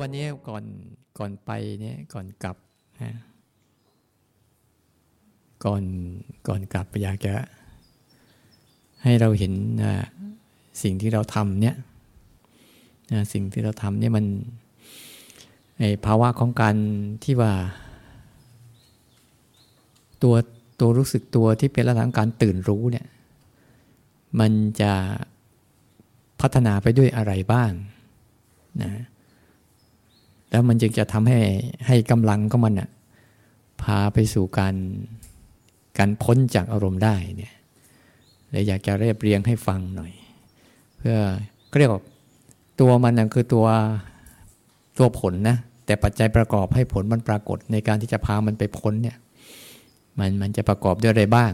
วันนี้ก่อนไปเนี่ยก่อนกลับนะก่อนกลับอยากจะให้เราเห็นสิ่งที่เราทำเนี่ยสิ่งที่เราทำเนี่ยมันภาวะของการที่ว่าตัวรู้สึกตัวที่เป็นลักษณะของการตื่นรู้เนี่ยมันจะพัฒนาไปด้วยอะไรบ้างนะแล้วมันจึงจะทำให้กำลังของมันพาไปสู่การพ้นจากอารมณ์ได้เนี่ยเลยอยากจะเรียบเรียงให้ฟังหน่อยเพื่อเรียกว่าตัวมันคือตัวผลนะแต่ปัจจัยประกอบให้ผลมันปรากฏในการที่จะพามันไปพ้นเนี่ยมันจะประกอบด้วยอะไรบ้าง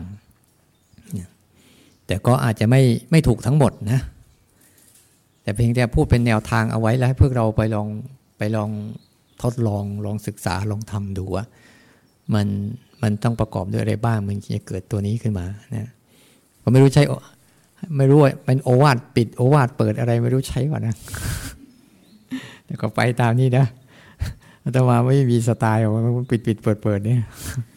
แต่ก็อาจจะไม่ถูกทั้งหมดนะแต่เพียงแต่พูดเป็นแนวทางเอาไว้แล้วให้พวกเราไปลองทดลองศึกษาลองทำดูว่ามันต้องประกอบด้วยอะไรบ้างมันจะเกิดตัวนี้ขึ้นมานะก็ไม่รู้ใช่ไม่รู้ว่าเป็นโอวาทปิดโอวาทเปิดอะไรไม่รู้ใช้ก่อนนะแต่ก็ไปตามนี้นะอาตมาไม่มีสไตล์ว่ามันปิดเปิดเนี่ย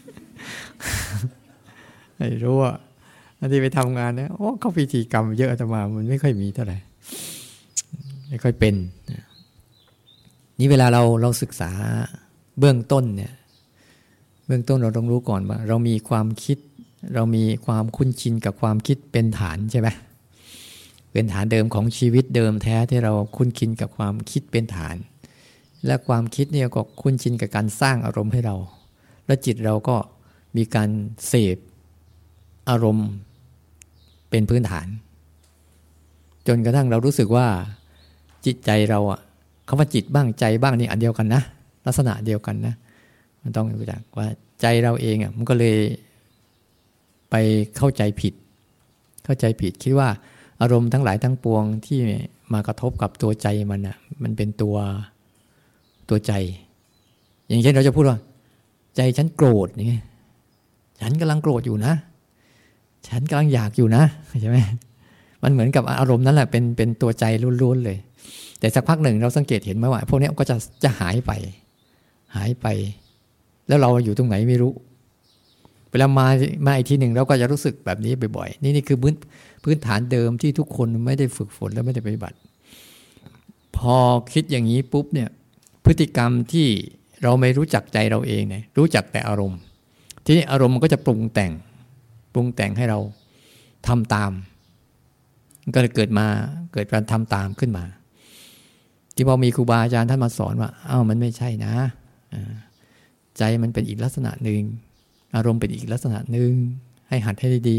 ไม่รู้ว่าอันที่ไปทำงานเนี่ยเข้าพิธีกรรมเยอะอาตมามันไม่ค่อยมีเท่าไหร่ไม่ค่อยเป็นนี่เวลาเราศึกษาเบื้องต้นเนี่ยเบื้องต้นเราต้องรู้ก่อนว่าเรามีความคิดเรามีความคุ้นชินกับความคิดเป็นฐานใช่ไหมเป็นฐานเดิมของชีวิตเดิมแท้ที่เราคุ้นชินกับความคิดเป็นฐานและความคิดเนี่ยก็คุ้นชินกับการสร้างอารมณ์ให้เราและจิตเราก็มีการเสพอารมณ์เป็นพื้นฐานจนกระทั่งเรารู้สึกว่าจิตใจเราคำว่าจิตบ้างใจบ้างนี่อันเดียวกันนะลักษณะเดียวกันนะมันต้องรู้จักว่าใจเราเองมันก็เลยไปเข้าใจผิดคิดว่าอารมณ์ทั้งหลายทั้งปวงที่มากระทบกับตัวใจมันเป็นตัวใจอย่างเช่นเราจะพูดว่าใจฉันโกรธนี่ฉันกำลังโกรธอยู่นะฉันกำลังอยากอยู่นะใช่ไหมมันเหมือนกับอารมณ์นั้นแหละเป็นตัวใจล้วนๆเลยแต่สักพักหนึ่งเราสังเกตเห็นไหมว่าพวกนี้ก็จะหายไปแล้วเราอยู่ตรงไหนไม่รู้เวลามาอีกทีหนึ่งเราก็จะรู้สึกแบบนี้บ่อยๆนี่คือพื้นฐานเดิมที่ทุกคนไม่ได้ฝึกฝนและไม่ได้ปฏิบัติพอคิดอย่างนี้ปุ๊บเนี่ยพฤติกรรมที่เราไม่รู้จักใจเราเองเนี่ยรู้จักแต่อารมณ์ทีนี้อารมณ์มันก็จะปรุงแต่งให้เราทำตามก็เลยเกิดการทำตามขึ้นมาที่พอมีครูบาอาจารย์ท่านมาสอนว่ามันไม่ใช่นะใจมันเป็นอีกลักษณะหนึ่งอารมณ์เป็นอีกลักษณะหนึ่งให้หัดให้ดี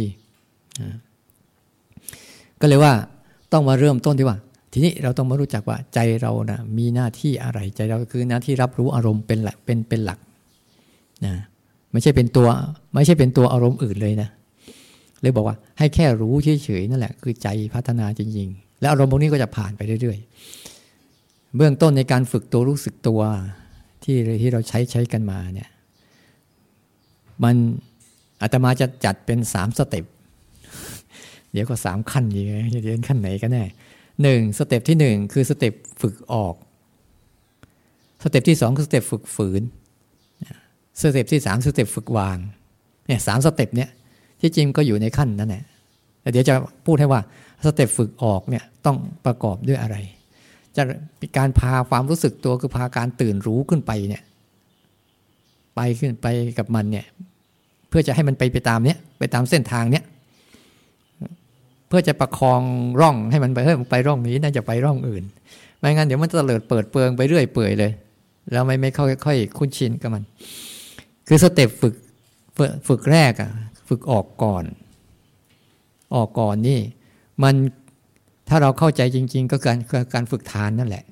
ๆก็เลยว่าต้องมาเริ่มต้นที่ว่าทีนี้เราต้องมารู้จักว่าใจเรานะมีหน้าที่อะไรใจเราคือหน้าที่รับรู้อารมณ์เป็นหลักเป็นหลักนะไม่ใช่เป็นตัวอารมณ์อื่นเลยนะเลยบอกว่าให้แค่รู้เฉยๆนั่นแหละคือใจพัฒนาจริงๆแล้วอารมณ์พวกนี้ก็จะผ่านไปเรื่อยๆเบื้องต้นในการฝึกตัวรู้สึกตัวที่เราใช้กันมาเนี่ยมันอาตมาจะจัดเป็น3สเต็ปเดี๋ยวก็3ขั้นดีไงจะเรียนขั้นไหนกันแน่1สเต็ปที่1คือสเต็ปฝึกออกสเต็ปที่2คือสเต็ปฝึกฝืนสเต็ปที่3สเต็ปฝึกวางเนี่ย3สเต็ปเนี่ยที่จริงก็อยู่ในขั้นนั้นแหละแต่เดี๋ยวจะพูดให้ว่าสเต็ปฝึกออกเนี่ยต้องประกอบด้วยอะไรจะเป็นการพาความรู้สึกตัวคือพาการตื่นรู้ขึ้นไปเนี่ยขึ้นไปกับมันเนี่ยเพื่อจะให้มันไปตามเนี้ยไปตามเส้นทางเนี้ยเพื่อจะประคองร่องให้มันไปร่องนี้น่าจะไปร่องอื่นไม่งั้นเดี๋ยวมันจะเลิดเปิดเปลืองไปเรื่อยเปื่อยเลยแล้วไม่ค่อยคุ้นชินกับมันคือสเต็ปฝึกแรกฝึกออกก่อนนี่มันถ้าเราเข้าใจจริงๆก็การฝึกทานนั่นแหละ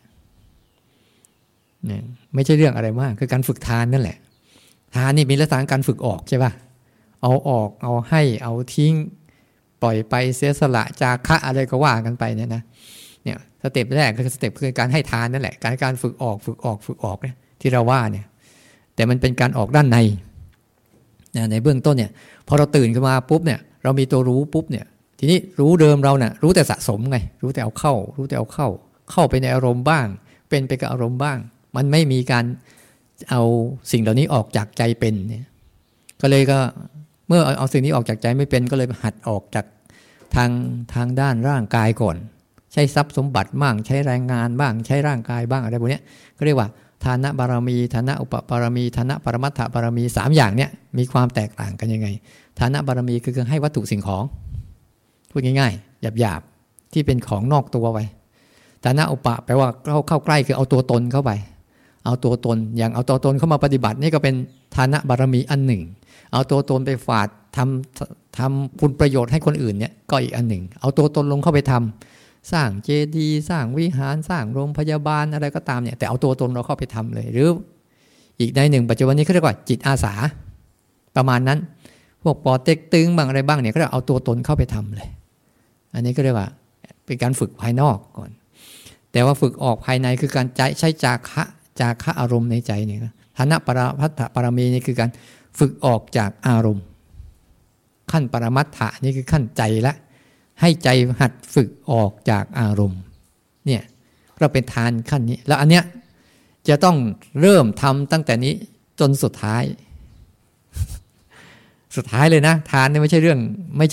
เนี่ยไม่ใช่เรื่องอะไรมากคือการฝึกทานนั่นแหละทานนี่มีลักษณะการฝึกออกใช่ป่ะเอาออกเอาให้เอาทิ้งปล่อยไปเสียสละจาคะอะไรก็ว่ากันไปเนี่ยสเต็ปแรกคือสเต็ปคือการให้ทานนั่นแหละการฝึกออกเนี่ยที่เราว่าเนี่ยแต่มันเป็นการออกด้านในในเบื้องต้นเนี่ยพอเราตื่นขึ้นมาปุ๊บเนี่ยเรามีตัวรู้ปุ๊บเนี่ยทีนี้รู้เดิมเรารู้แต่สะสมไงรู้แต่เอาเข้าเข้าไปในอารมณ์บ้างเป็นไปกับอารมณ์บ้างมันไม่มีการเอาสิ่งเหล่านี้ออกจากใจเป็นเนี่ยก็เมื่อเอาสิ่งนี้ออกจากใจไม่เป็นก็เลยหัดออกจากทางด้านร่างกายก่อนใช้ทรัพย์สมบัติบ้างใช้แรงงานบ้างใช้ร่างกายบ้างอะไรพวกนี้ก็เรียกว่าฐานะบารมีฐานะอุปบารมีฐานะปรมัตถบารมี3อย่างเนี้ยมีความแตกต่างกันยังไงฐานะบารมีคือให้วัตถุสิ่งของพูดง่ายๆหยาบๆที่เป็นของนอกตัวไว้ฐานะอุปแปลว่าเข้าใกล้คือเอาตัวตนเข้าไปเอาตัวตนอย่างเอาตัวตนเข้ามาปฏิบัตินี่ก็เป็นฐานะบารมีอันหนึ่งเอาตัวตนไปฝาดทำคุณประโยชน์ให้คนอื่นเนี่ยก็อีกอันหนึ่งเอาตัวตนลงเข้าไปทำสร้างเจดีย์สร้างวิหารสร้างโรงพยาบาลอะไรก็ตามเนี่ยแต่เอาตัวตนเราเข้าไปทำเลยหรืออีกในหนึ่งปัจจุบันนี้เขาเรียกว่าจิตอาสาประมาณนั้นพวกปอเต็กตึงบางอะไรบ้างเนี่ยก็เอาตัวตนเข้าไปทำเลยอันนี้ก็เรียกว่าเป็นการฝึกภายนอกก่อนแต่ว่าฝึกออกภายในคือการใช้จาคะอารมณ์ในใจเนี่ยฐานะปรมัตถปรมีนี่คือการฝึกออกจากอารมณ์ขั้นปรมัตถะนี่คือขั้นใจละให้ใจหัดฝึกออกจากอารมณ์เนี่ยเราเป็นทานขั้นนี้แล้วอันเนี้ยจะต้องเริ่มทำตั้งแต่นี้จนสุดท้ายเลยนะทานเนี่ยไม่ใช่เรื่อง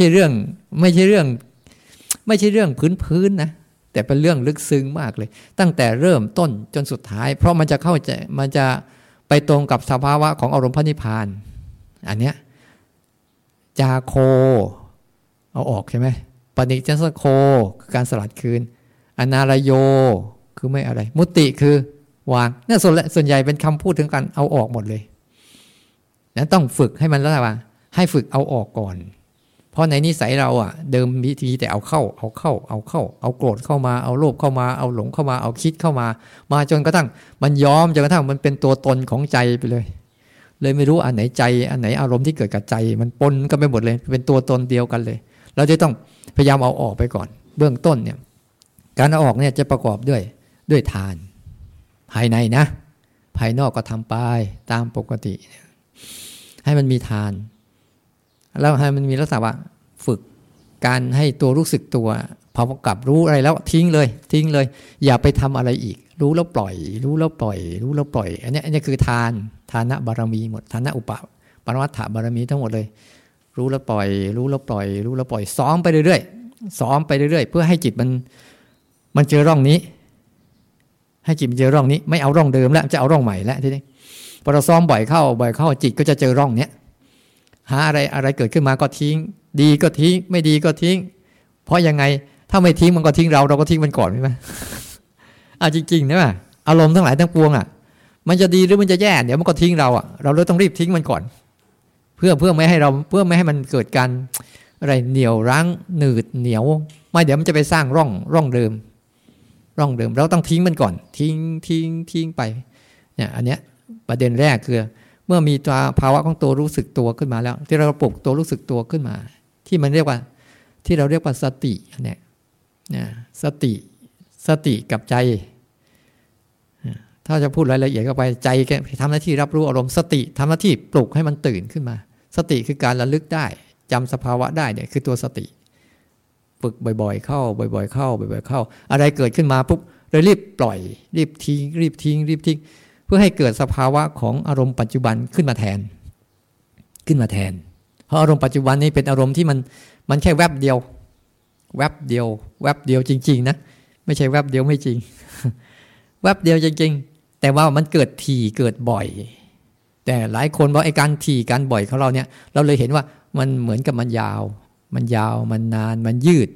พื้นนะแต่เป็นเรื่องลึกซึ้งมากเลยตั้งแต่เริ่มต้นจนสุดท้ายเพราะมันจะเข้าใจมันจะไปตรงกับสภาวะของอารมณ์พระนิพพานอันเนี้ยจาโคเอาออกใช่ไหมปณิจจสโคคือการสลัดคืนอนารโยคือไม่อะไรมุติคือวางนี่ส่วนใหญ่เป็นคำพูดถึงการเอาออกหมดเลยนั้นต้องฝึกให้มันแล้วว่าให้ฝึกเอาออกก่อนเพราะในนิสัยเราอ่ะเดิมมีทีแต่เอาเข้าเอาโกรธเข้ามาเอาโลภเข้ามาเอาหลงเข้ามาเอาคิดเข้ามาจนกระทั่งมันย้อมจนกระทั่งมันเป็นตัวตนของใจไปเลยไม่รู้อันไหนใจอันไหนอารมณ์ที่เกิดกับใจมันปนกันไปหมดเลยเป็นตัวตนเดียวกันเลยเราจะต้องพยายามเอาออกไปก่อนเบื้องต้นเนี่ยการเอาออกเนี่ยจะประกอบด้วยทานภายในนะภายนอกก็ทำไปตามปกติให้มันมีทานแล้วให้มันมีลักษณะว่าฝึกการให้ตัวรู้สึกตัวพอกลับรู้อะไรแล้วทิ้งเลยอย่าไปทำอะไรอีกรู้แล้วปล่อยอันนี้คือทานบารมีหมดฐานะอุปปรมัตถบารมีทั้งหมดเลยรู้แล้วปล่อยซ้อมไปเรื่อยเพื่อให้จิตมันเจอร่องนี้ให้จิตมันเจอร่องนี้ไม่เอาร่องเดิมแล้วจะเอาร่องใหม่แล้วทีนี้พอเราซ้อมบ่อยเข้าจิตก็จะเจอร่องเนี้ยหาอะไรเกิดขึ้นมาก็ทิ้งดีก็ทิ้งไม่ดีก็ทิ้งเพราะยังไงถ้าไม่ทิ้งมันก็ทิ้งเราก็ทิ้งมันก่อนใช่ไหมจริงๆนะอารมณ์ทั้งหลายทั้งปวงมันจะดีหรือมันจะแย่เดี๋ยวมันก็ทิ้งเราเราเลยต้องรีบทิ้งมันก่อนเพื่อไม่ให้มันเกิดการอะไรเหนียวรั้งหนืดเหนียวไม่เดี๋ยวมันจะไปสร้างร่องเดิมเราต้องทิ้งมันก่อนทิ้งไปเนี่ยอันเนี้ยประเด็นแรกคือเมื่อมีตัวภาวะของตัวรู้สึกตัวขึ้นมาแล้วที่เราปลุกตัวรู้สึกตัวขึ้นมาที่เราเรียกว่าสติเนี่ยสติกับใจถ้าจะพูดรายละเอียดเข้าไปใจแกทำหน้าที่รับรู้อารมณ์สติทำหน้าที่ปลุกให้มันตื่นขึ้นมาสติคือการระลึกได้จำสภาวะได้เนี่ยคือตัวสติฝึกบ่อยๆเข้าอะไรเกิดขึ้นมาปุ๊บเลยรีบปล่อยรีบทิ้งเพื่อให้เกิดสภาวะของอารมณ์ปัจจุบันขึ้นมาแทนเพราะอารมณ์ปัจจุบันนี้เป็นอารมณ์ที่มันแค่แวบเดียวจริงๆนะไม่ใช่แวบเดียวไม่จริงแวบเดียวจริงๆแต่ว่ามันเกิดถี่เกิดบ่อยแต่หลายคนบอกไอ้การถี่การบ่อยของเราเนี่ยเราเลยเห็นว่ามันเหมือนกับมันยาวมันนานมันยืด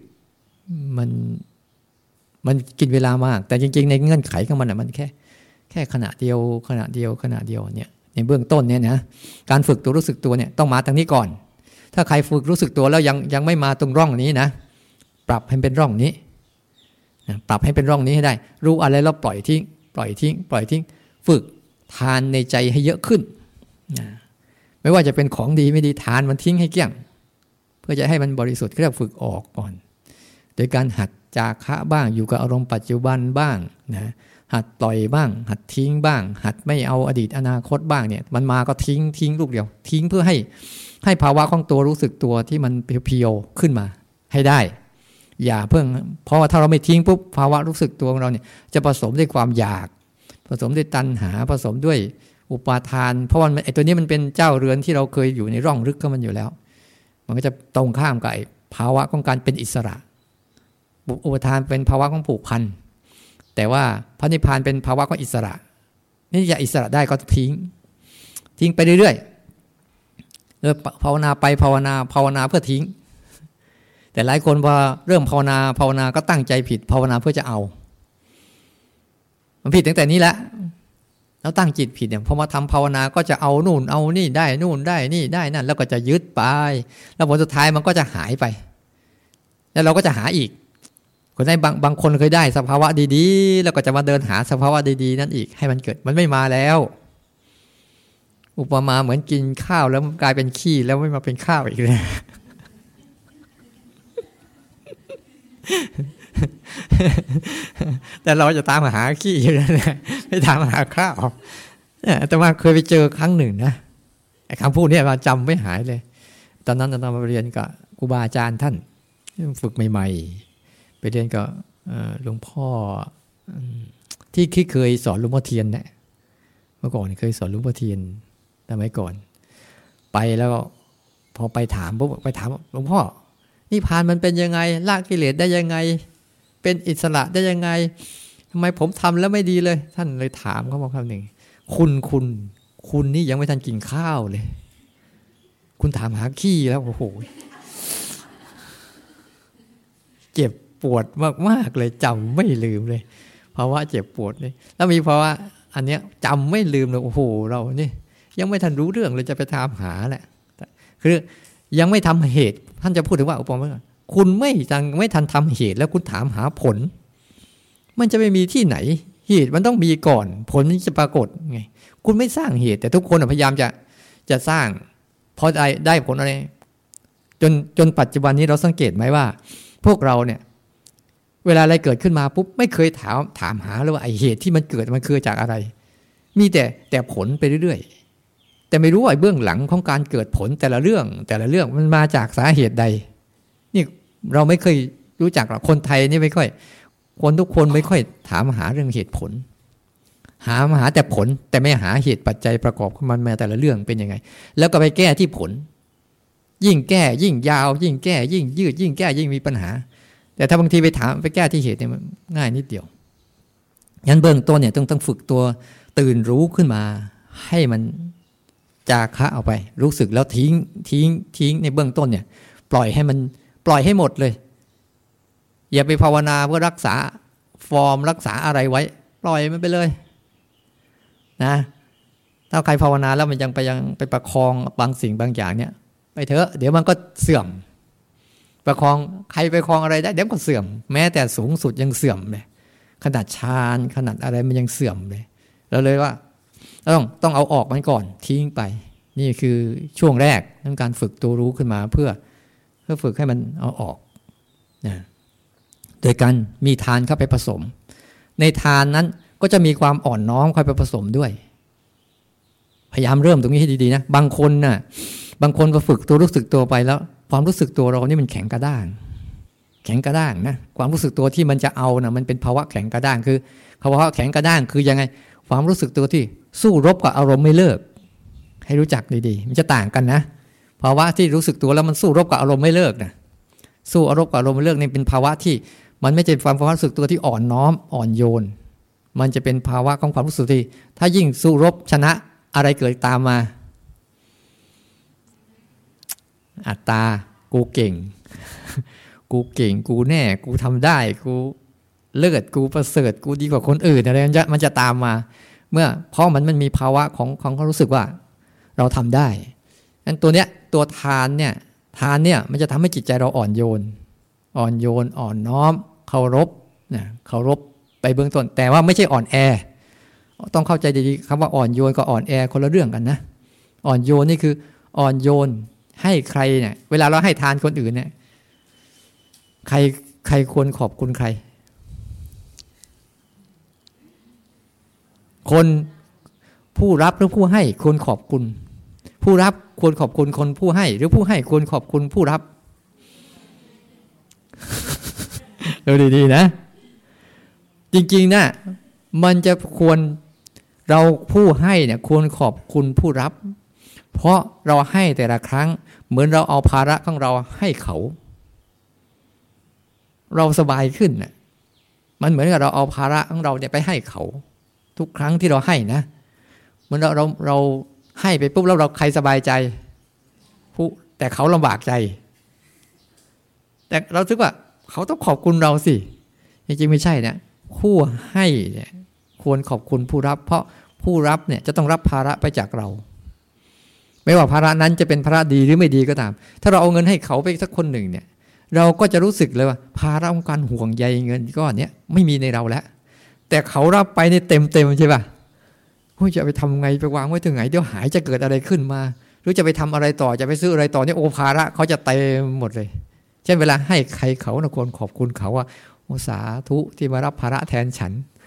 มันกินเวลามากแต่จริงๆในเงื่อนไขของมันมันแค่ขณะเดียวเนี่ยในเบื้องต้นเนี่ยนะการฝึกตัวรู้สึกตัวเนี่ยต้องมาทางนี้ก่อนถ้าใครฝึกรู้สึกตัวแล้วยังไม่มาตรงร่องนี้นะปรับให้เป็นร่องนี้ปรับให้เป็นร่องนี้ให้ได้รู้อะไรแล้วปล่อยทิ้งฝึกทานในใจให้เยอะขึ้นไม่ว่าจะเป็นของดีไม่ดีทานมันทิ้งให้เกลี้ยงเพื่อจะให้มันบริสุทธิ์ก็ต้องฝึกออกก่อนโดยการหัดจาคะบ้างอยู่กับอารมณ์ปัจจุบันบ้างนะหัดปล่อยบ้างหัดทิ้งบ้างหัดไม่เอาอดีตอนาคตบ้างเนี่ยมันมาก็ทิ้งลูกเดียวทิ้งเพื่อให้ภาวะของตัวรู้สึกตัวที่มันเพียวๆขึ้นมาให้ได้อย่าเพิ่งเพราะว่าถ้าเราไม่ทิ้งปุ๊บภาวะรู้สึกตัวของเราเนี่ยจะผสมด้วยความอยากผสมด้วยตัณหาผสมด้วยอุปาทานเพราะว่าไอ้ตัวนี้มันเป็นเจ้าเรือนที่เราเคยอยู่ในร่องลึกของมันอยู่แล้วมันก็จะตรงข้ามกับภาวะของการเป็นอิสระอุปาทานเป็นภาวะของผูกพันแต่ว่าพระนิพพานเป็นภาวะของอิสระนี่จะอิสระได้ก็ทิ้งไปเรื่อยๆภาวนาไปภาวนาเพื่อทิ้งแต่หลายคนพอเริ่มภาวนาก็ตั้งใจผิดภาวนาเพื่อจะเอามันผิดตั้งแต่นี้แหละแล้วตั้งจิตผิดเนี่ยพอมาทำภาวนาก็จะเอานู่นเอานี่ได้นู่นได้นี่ได้นั่นแล้วก็จะยึดไปแล้วผลสุดท้ายมันก็จะหายไปแล้วเราก็จะหาอีกคนได้บางคนเคยได้สภาวะดีๆแล้วก็จะมาเดินหาสภาวะดีๆนั่นอีกให้มันเกิดมันไม่มาแล้วอุปมาเหมือนกินข้าวแล้วมันกลายเป็นขี้แล้วไม่มาเป็นข้าวอีกเลยแต่เราจะตามหาขี้อยู่นั่นแหละไม่ตามหาข้าวแต่ว่าเคยไปเจอครั้งหนึ่งนะไอ้คำพูดนี้มาจำไม่หายเลยตอนนั้นเรามาเรียนกับครูบาอาจารย์ท่านฝึกใหม่ๆไปเรียนกับหลวงพ่อที่เคยสอนหลวงพ่อเทียนเนี่ยเมื่อก่อนเคยสอนหลวงพ่อเทียนสมัยก่อนไปแล้วพอไปถามปุ๊บไปถามหลวงพ่อนิพพานมันเป็นยังไงละกิเลสได้ยังไงเป็นอิสระได้ยังไงทำไมผมทำแล้วไม่ดีเลยท่านเลยถามเขาบอกคำหนึ่งคุณนี่ยังไม่ทันกินข้าวเลยคุณถามหาขี้แล้วโอ้โหเจ็บปวดมากๆเลยจำไม่ลืมเลยภาวะเจ็บปวดเลยแล้วมีภาวะอันเนี้ยจำไม่ลืมเลยโอ้โหเรานี่ยังไม่ทันรู้เรื่องเลยจะไปถามหาแหละคือยังไม่ทำเหตุท่านจะพูดถึงว่าอุปมาคุณไม่ทันทำเหตุแล้วคุณถามหาผลมันจะไม่มีที่ไหนเหตุมันต้องมีก่อนผลจะปรากฏไงคุณไม่สร้างเหตุแต่ทุกคนพยายามจะสร้างพอได้ผลอะไรจนปัจจุบันนี้เราสังเกตไหมว่าพวกเราเนี่ยเวลาอะไรเกิดขึ้นมาปุ๊บไม่เคยถามหาเลยว่าไอเหตุที่มันเกิดมันคือจากอะไรมีแต่ผลไปเรื่อยๆแต่ไม่รู้ว่าเบื้องหลังของการเกิดผลแต่ละเรื่องมันมาจากสาเหตุใดนี่เราไม่เคยรู้จักหรอกคนไทยนี่ไม่ค่อยคนทุกคนไม่ค่อยถามหาเรื่องเหตุผลหาแต่ผลแต่ไม่หาเหตุปัจจัยประกอบของมันมาแต่ละเรื่องเป็นยังไงแล้วก็ไปแก้ที่ผลยิ่งแก้ยิ่งยาวยิ่งแก้ยิ่งยืดยิ่งแก้ยิ่งมีปัญหาแต่ถ้าบางทีไปแก้ที่เหตุเนี่ยมันง่ายนิดเดียวงั้นเบื้องต้นเนี่ยต้องฝึกตัวตื่นรู้ขึ้นมาให้มันจาคะเอาไปรู้สึกแล้วทิ้งในเบื้องต้นเนี่ยปล่อยให้หมดเลยอย่าไปภาวนาเพื่อรักษาฟอร์มรักษาอะไรไว้ปล่อยมันไปเลยนะถ้าใครภาวนาแล้วมันยังไปประคองบางสิ่งบางอย่างเนี่ยไปเถอะเดี๋ยวมันก็เสื่อมประคองใครไปคองอะไรได้เดี๋ยวก็เสื่อมแม้แต่สูงสุดยังเสื่อมเลยขนาดฌานขนาดอะไรมันยังเสื่อมเลยเราเลยว่าต้องเอาออกมันก่อนทิ้งไปนี่คือช่วงแรกในการฝึกตัวรู้ขึ้นมาเพื่อฝึกให้มันเอาออกนะโดยการมีทานเข้าไปผสมในทานนั้นก็จะมีความอ่อนน้อมเข้าไปผสมด้วยพยายามเริ่มตรงนี้ให้ดีๆนะบางคนพอฝึกตัวรู้สึกตัวไปแล้วความรู้สึกตัวเรานี่มันแข็งกระด้างนะความรู้สึกตัวที่มันจะเอานะมันเป็นภาวะแข็งกระด้างคือภาวะแข็งกระด้างคือยังไงความรู้สึกตัวที่สู้รบกับอารมณ์ไม่เลิกให้รู้จักดีๆมันจะต่างกันนะภาวะที่รู้สึกตัวแล้วมันสู้รบกับอารมณ์ไม่เลิกนะสู้อารมณ์กับอารมณ์ไม่เลิกนี่เป็นภาวะที่มันไม่ใช่ความรู้สึกตัวที่อ่อนน้อมอ่อนโยนมันจะเป็นภาวะของความรู้สึกที่ถ้ายิ่งสู้รบชนะอะไรเกิดตามมาอัตตากูเก่งกูแน่กูทำได้กูเลิศกูประเสริฐกูดีกว่าคนอื่นอะไรมันจะตามมาเมื่อเพราะมันมีภาวะของเขารู้สึกว่าเราทำได้งั้นตัวเนี้ยตัวทานเนี่ยมันจะทำให้จิตใจเราอ่อนโยนอ่อนน้อมเคารพไปเบื้องต้นแต่ว่าไม่ใช่อ่อนแอต้องเข้าใจดีๆคำว่าอ่อนโยนกับอ่อนแอคนละเรื่องกันนะอ่อนโยนนี่คืออ่อนโยนให้ใครเนี่ยเวลาเราให้ทานคนอื่นเนี่ยใครควรขอบคุณใครคนผู้รับหรือผู้ให้ควรขอบคุณผู้รับควรขอบคุณคนผู้ให้หรือผู้ให้ควรขอบคุณผู้รับดูดีๆนะจริงๆนะมันจะควรเราผู้ให้เนี่ยควรขอบคุณผู้รับเพราะเราให้แต่ละครั้งเหมือนเราเอาภาระของเราให้เขาเราสบายขึ้นน่ะมันเหมือนกับเราเอาภาระของเราเนี่ยไปให้เขาทุกครั้งที่เราให้นะเหมือนเราให้ไปปุ๊บแล้วเราใครสบายใจผู้แต่เขาลำบากใจแต่เราคิดว่าเขาต้องขอบคุณเราสิจริงๆไม่ใช่นะผู้ให้เนี่ยควรขอบคุณผู้รับเพราะผู้รับเนี่ยจะต้องรับภาระไปจากเราไม่ว่าภาระนั้นจะเป็นภาระดีหรือไม่ดีก็ตามถ้าเราเอาเงินให้เขาไปสักคนหนึ่งเนี่ยเราก็จะรู้สึกเลยว่าภาระของการห่วงใยเงินก้อนนี้ไม่มีในเราแล้วแต่เขารับไปในเต็มใช่ป่ะจะไปทำไงไปวางไว้ถึงไหนเดี๋ยวหายจะเกิดอะไรขึ้นมาหรือจะไปทำอะไรต่อจะไปซื้ออะไรต่อเนี่ยโอภาระเขาจะเต็มหมดเลยเช่นเวลาให้ใครเขานะควรขอบคุณเขาว่าโอสาธุที่มารับภาระแทนฉัน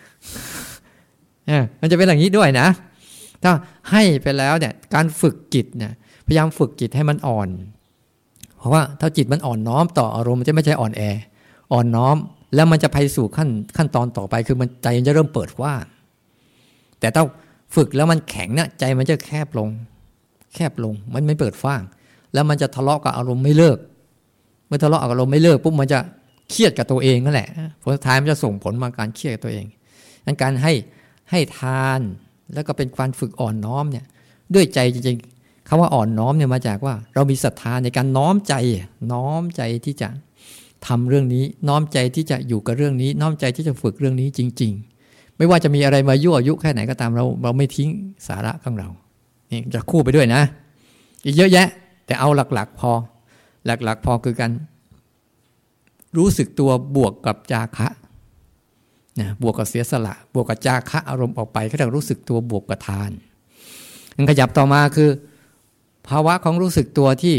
มันจะเป็นอย่างนี้ด้วยนะถ้าให้ไปแล้วเนี่ยการฝึกจิตเนี่ยพยายามฝึกจิตให้มันอ่อนเพราะว่าถ้าจิตมันอ่อนน้อมต่ออารมณ์มันจะไม่ใช่อ่อนแออ่อนน้อมแล้วมันจะไปสู่ขั้นตอนต่อไปคือมันใจมันจะเริ่มเปิดกว้างแต่ถ้าฝึกแล้วมันแข็งเนี่ยใจมันจะแคบลงมันไม่เปิดฟ้างแล้วมันจะทะเลาะกับอารมณ์ไม่เลิกเมื่อทะเลาะกับอารมณ์ไม่เลิกปุ๊บมันจะเครียดกับตัวเองนั่นแหละผลสุดท้ายมันจะส่งผลมาการเครียดกับตัวเองงั้นการให้ทานแล้วก็เป็นการฝึกอ่อนน้อมเนี่ยด้วยใจจริงๆคำว่าอ่อนน้อมเนี่ยมาจากว่าเรามีศรัทธาในการน้อมใจที่จะทำเรื่องนี้น้อมใจที่จะอยู่กับเรื่องนี้น้อมใจที่จะฝึกเรื่องนี้จริงๆไม่ว่าจะมีอะไรมายั่วยุแค่ไหนก็ตามเราไม่ทิ้งสาระของเรานี่จะคู่ไปด้วยนะอีกเยอะแยะแต่เอาหลักๆพอคือการรู้สึกตัวบวกกับจาคะนะบวกกับเสียสละบวกกับจาคะอารมณ์ออกไปก็ต้องรู้สึกตัวบวกกับทานขยับต่อมาคือภาวะของรู้สึกตัวที่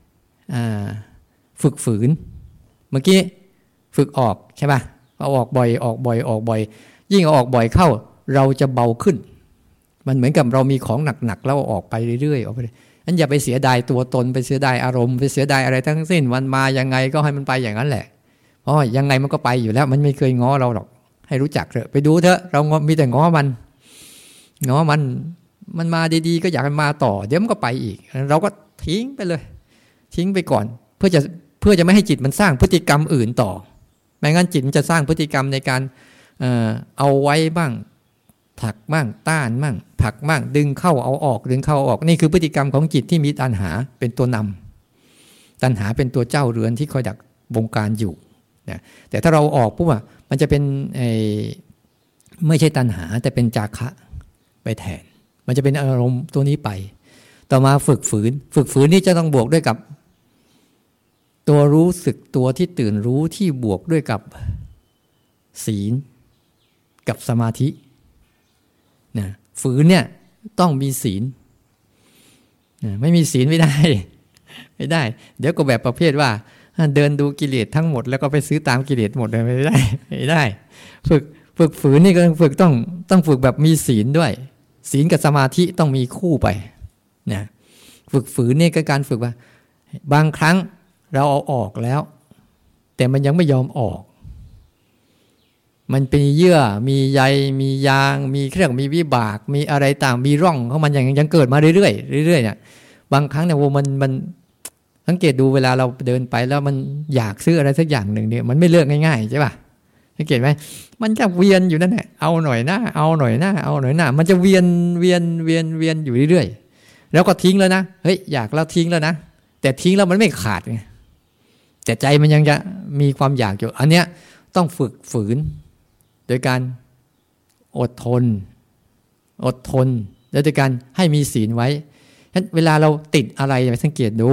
ฝึกฝืนเมื่อกี้ฝึกออกใช่ป่ะเอาออกบ่อยยิ่งเอาออกบ่อยเข้าเราจะเบาขึ้นมันเหมือนกับเรามีของหนักๆแล้วออกไปเรื่อยๆออกไปงั้นอย่าไปเสียดายตัวตนไปเสียดายอารมณ์ไปเสียดายอะไรทั้งสิ้นมันมายังไงก็ให้มันไปอย่างนั้นแหละเพราะยังไงมันก็ไปอยู่แล้วมันไม่เคยง้อเราหรอกให้รู้จักเถอะไปดูเถอะเรามีแต่ง้อมันมาดีๆก็อยากให้มาต่อเดี๋ยวมันก็ไปอีกเราก็ทิ้งไปเลยทิ้งไปก่อนเพื่อจะไม่ให้จิตมันสร้างพฤติกรรมอื่นต่อไม่งั้นจิตมันจะสร้างพฤติกรรมในการเอาไว้บ้างผลักบ้างต้านบ้างผลักบ้างดึงเข้าเอาออกนี่คือพฤติกรรมของจิตที่มีตัณหาเป็นตัวนำตัณหาเป็นตัวเจ้าเรือนที่คอยดักบงการอยู่นะแต่ถ้าเราออกปุ๊บมันจะเป็นไม่ใช่ตัณหาแต่เป็นจาคะไปแทนมันจะเป็นอารมณ์ตัวนี้ไปต่อมาฝึกฝืนนี่จะต้องบวกด้วยกับตัวรู้สึกตัวที่ตื่นรู้ที่บวกด้วยกับศีลกับสมาธินะฝืนเนี่ยต้องมีศีลนะไม่มีศีลไม่ได้เดี๋ยวก็แบบประเภทว่าเดินดูกิเลสทั้งหมดแล้วก็ไปซื้อตามกิเลสหมดเลยไม่ได้ฝึกฝืนนี่ก็ต้องฝึกแบบมีศีลด้วยศีลกับสมาธิต้องมีคู่ไปนะฝึกฝืนนี่ก็การฝึกว่าบางครั้งเราเอาออกแล้วแต่มันยังไม่ยอมออกมันเป็นเยื่อมีใยมียางมีเครื่องมีวิบากมีอะไรต่างมีร่องของมันยังเกิดมาเรื่อยเนี่ยบางครั้งเนี่ยมันสังเกตดูเวลาเราเดินไปแล้วมันอยากซื้ออะไรสักอย่างหนึ่งเนี่ยมันไม่เลือกง่ายๆใช่ป่ะสังเกตไหมมันจะเวียนอยู่นั่นแหละเอาหน่อยหน้ามันจะเวียนอยู่เรื่อยๆแล้วก็ทิ้งแล้วนะเฮ้ยอยากแล้วทิ้งแล้วนะแต่ทิ้งแล้วมันไม่ขาดไงแต่ใจมันยังจะมีความอยากอยู่อันเนี้ยต้องฝึกฝืนโดยการอดทนแล้วโดยการให้มีศีลไว้ฉะนั้นเวลาเราติดอะไรไปสังเกตดู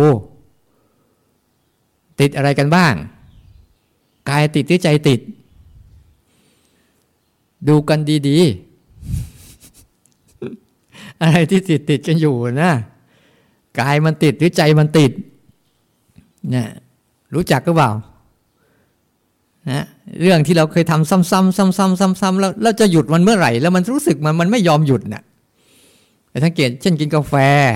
ติดอะไรกันบ้างกายติดหรือใจติดดูกันดีๆอะไรที่ติดกันอยู่นะกายมันติดหรือใจมันติดเนี่ยรู้จักหรือเปล่านะเรื่องที่เราเคยทำซ้ำๆแล้วจะหยุดมันเมื่อไหร่แล้วมันรู้สึกมันไม่ยอมหยุดน่ะสังเกตเช่นกินกาแฟ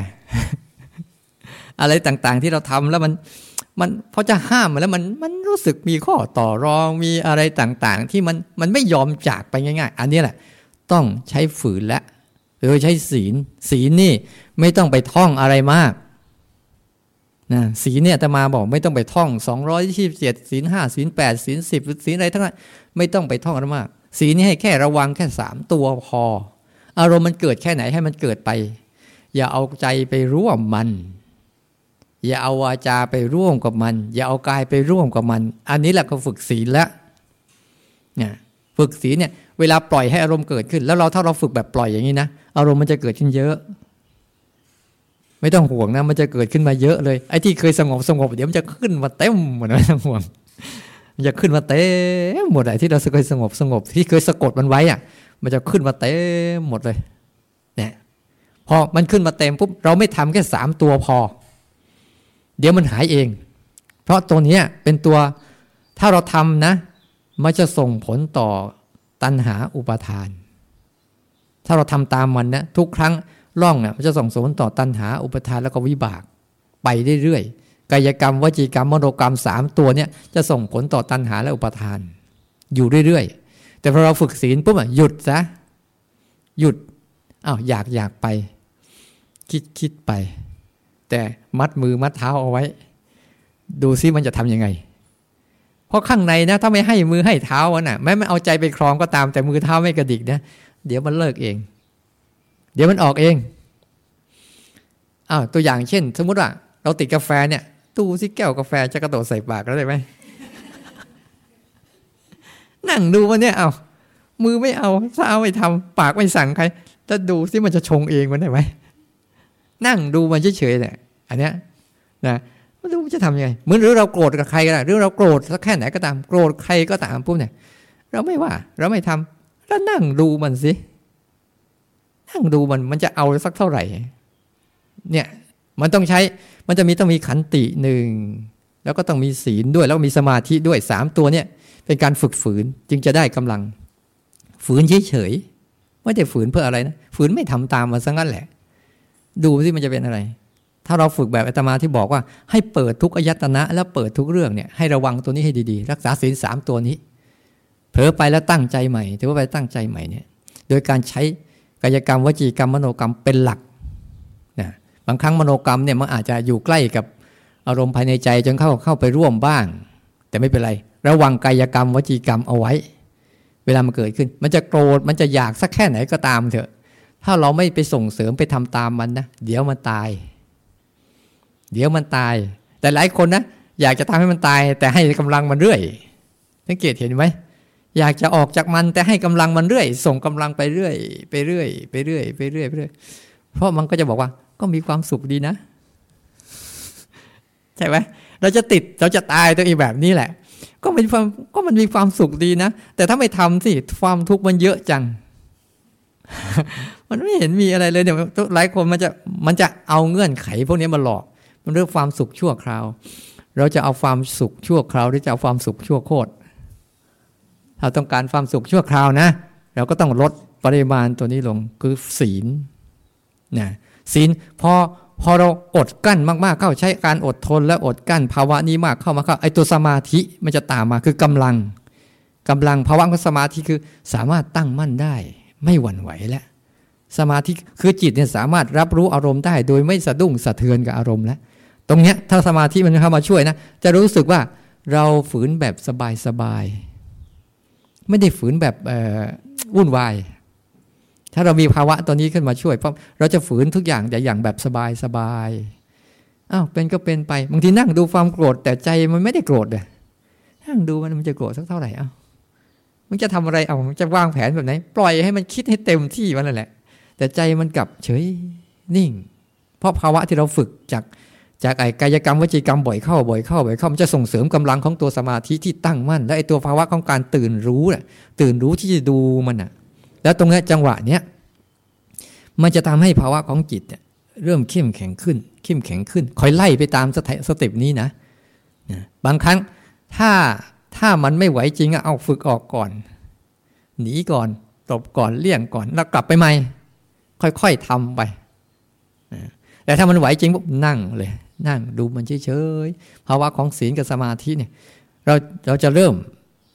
อะไรต่างๆที่เราทำแล้วมันพอจะห้ามมันแล้วมันรู้สึกมีข้อต่อรองมีอะไรต่างๆที่มันไม่ยอมจากไปง่ายๆอันนี้แหละต้องใช้ฝืนและโดยใช้ศีลศีลนี่ไม่ต้องไปท่องอะไรมากนะศีลเนี่ยอาตมาบอกไม่ต้องไปท่อง227ศีล5ศีล8ศีล10ศีลอะไรทั้งนั้นไม่ต้องไปท่องอะไรมากศีลนี่ให้แค่ระวังแค่3ตัวพออารมณ์มันเกิดแค่ไหนให้มันเกิดไปอย่าเอาใจไปร่วมมันอย่าเอาวาจาไปร่วมกับมันอย่าเอากายไปร่วมกับมันอันนี้แหละก็ฝึกศีลแล้วเนี่ยฝึกศีลเนี่ยเวลาปล่อยให้อารมณ์เกิดขึ้นแล้วถ้าเราฝึกแบบปล่อยอย่างนี้นะอารมณ์มันจะเกิดขึ้นเยอะไม่ต้องห่วงนะมันจะเกิดขึ้นมาเยอะเลยไอ้ที่เคยสงบเดี๋ยวมันจะขึ้นมาเต็มหมดไม่ต้องห่วงมันจะขึ้นมาเต็มหมดไอ้ที่เราเคยสงบที่เคยสะกดมันไว้อะมันจะขึ้นมาเต็มหมดเลยเนี่ยพอมันขึ้นมาเต็มปุ๊บเราไม่ทำแค่3ตัวพอเดี๋ยวมันหายเองเพราะตัวนี้เป็นตัวถ้าเราทำนะมันจะส่งผลต่อตัณหาอุปาทานถ้าเราทำตามมันนะทุกครั้งร่องเนี่ยมันจะส่งผลต่อตัณหาอุปาทานแล้วก็วิบากไปเรื่อยๆกายกรรมวจีกรรมมโนกรรม3ตัวเนี่ยจะส่งผลต่อตัณหาและอุปาทานอยู่เรื่อยๆแต่พอเราฝึกศีลปุ๊บหยุดซะหยุดอยากไปคิดไปแต่มัดมือมัดเท้าเอาไว้ดูซิมันจะทำยังไงเพราะข้างในนะถ้าไม่ให้มือให้เท้าน่ะแม้ไม่เอาใจไปครองก็ตามแต่มือเท้าไม่กระดิกนะเดี๋ยวมันเลิกเองเดี๋ยวมันออกเองตัวอย่างเช่นสมมุติว่าเราติดกาแฟเนี่ยตู้ซิแก้วกาแฟจะกระโดดใส่ปากแล้วได้ไหม นั่งดูมันเนี่ยมือไม่เอาเท้าไม่ทำปากไม่สั่งใครจะดูซิมันจะชงเองมันได้ไหมนั่งดูมันเฉยๆเนี่ยอันเนี้ยนะไม่รู้จะทำยังไงเหมือนหรือเราโกรธกับใครก็ได้หรือเราโกรธสักแค่ไหนก็ตามโกรธใครก็ตามปุ๊บเนี่ยเราไม่ว่าเราไม่ทำแล้วนั่งดูมันสินั่งดูมันจะเอาสักเท่าไหร่เนี่ยมันต้องใช้มันจะต้องมีขันติ1แล้วก็ต้องมีศีลด้วยแล้วมีสมาธิด้วย3ตัวเนี่ยเป็นการฝึกฝืนจึงจะได้กำลังฝืนเฉยๆไม่ได้ฝืนเพื่ออะไรนะฝืนไม่ทำตามมันซะงั้นแหละดูสิมันจะเป็นอะไรถ้าเราฝึกแบบอาตมาที่บอกว่าให้เปิดทุกอายตนะแล้วเปิดทุกเรื่องเนี่ยให้ระวังตัวนี้ให้ดีๆรักษาศีล3ตัวนี้เผลอไปแล้วตั้งใจใหม่ถือว่าไปตั้งใจใหม่เนี่ยโดยการใช้กายกรรมวจีกรรมมโนกรรมเป็นหลักนะบางครั้งมโนกรรมเนี่ยมันอาจจะอยู่ใกล้กับอารมณ์ภายในใจจนเข้าไปร่วมบ้างแต่ไม่เป็นไรระวังกายกรรมวจีกรรมเอาไว้เวลามันเกิดขึ้นมันจะโกรธมันจะอยากสักแค่ไหนก็ตามเถอะถ้าเราไม่ไปส่งเสริมไปทำตามมันนะเดี๋ยวมันตายแต่หลายคนนะอยากจะทำให้มันตายแต่ให้กำลังมันเรื่อยสังเกตเห็นไหมอยากจะออกจากมันแต่ให้กำลังมันเรื่อยส่งกำลังไปเรื่อยเพราะมันก็จะบอกว่าก็มีความสุขดีนะใช่ไหมเราจะติดเราจะตายตัวเองแบบนี้แหละก็มันมีความสุขดีนะแต่ถ้าไม่ทำสิความทุกข์มันเยอะจัง มันไม่เห็นมีอะไรเลยเนี่ยหลายคนมันจะเอาเงื่อนไขพวกนี้มาหลอกมันเรื่องความสุขชั่วคราวเราจะเอาความสุขชั่วคราวหรือจะเอาความสุขชั่วโคตรถ้าต้องการความสุขชั่วคราวนะเราก็ต้องลดปริมาณตัวนี้ลงคือศีลนะศีลพอเราอดกั้นมากๆเข้าใช้การอดทนและอดกั้นภาวะนี้มากเข้าไอ้ตัวสมาธิมันจะตามมาคือกำลังภาวะของสมาธิคือสามารถตั้งมั่นได้ไม่หวั่นไหวแล้วสมาธิคือจิตเนี่ยสามารถรับรู้อารมณ์ได้โดยไม่สะดุ้งสะเทือนกับอารมณ์แล้วตรงเนี้ยถ้าสมาธิมันเข้ามาช่วยนะจะรู้สึกว่าเราฝืนแบบสบายไม่ได้ฝืนแบบวุ่นวายถ้าเรามีภาวะตัวนี้ขึ้นมาช่วยเพราะเราจะฝืนทุกอย่างแต่อย่างแบบสบายเป็นก็เป็นไปบางทีนั่งดูความโกรธแต่ใจมันไม่ได้โกรธเลยนั่งดูมันจะโกรธสักเท่าไหร่มันจะทำอะไรมันจะวางแผนแบบไหนปล่อยให้มันคิดให้เต็มที่มันนั่นแหละแต่ใจมันกลับเฉยนิ่งเพราะภาวะที่เราฝึกจากไอ้กายกรรมวจีกรรมบ่อยเข้ามันจะส่งเสริมกำลังของตัวสมาธิที่ตั้งมั่นและไอ้ตัวภาวะของการตื่นรู้ที่จะดูมันแล้วตรงนี้จังหวะเนี้ยมันจะทำให้ภาวะของจิตเนี่ยเริ่มเข้มแข็งขึ้นคอยไล่ไปตามสเต็ปนี้นะบางครั้งถ้ามันไม่ไหวจริงเอาฝึกออกก่อนหนีก่อนตบก่อนเลี่ยงก่อนแล้วกลับไปใหม่ค่อยๆทำไปแต่ถ้ามันไหวจริงปุ๊บนั่งเลยนั่งดูมันเฉยๆภาวะของศีลกับสมาธิเนี่ยเราจะเริ่ม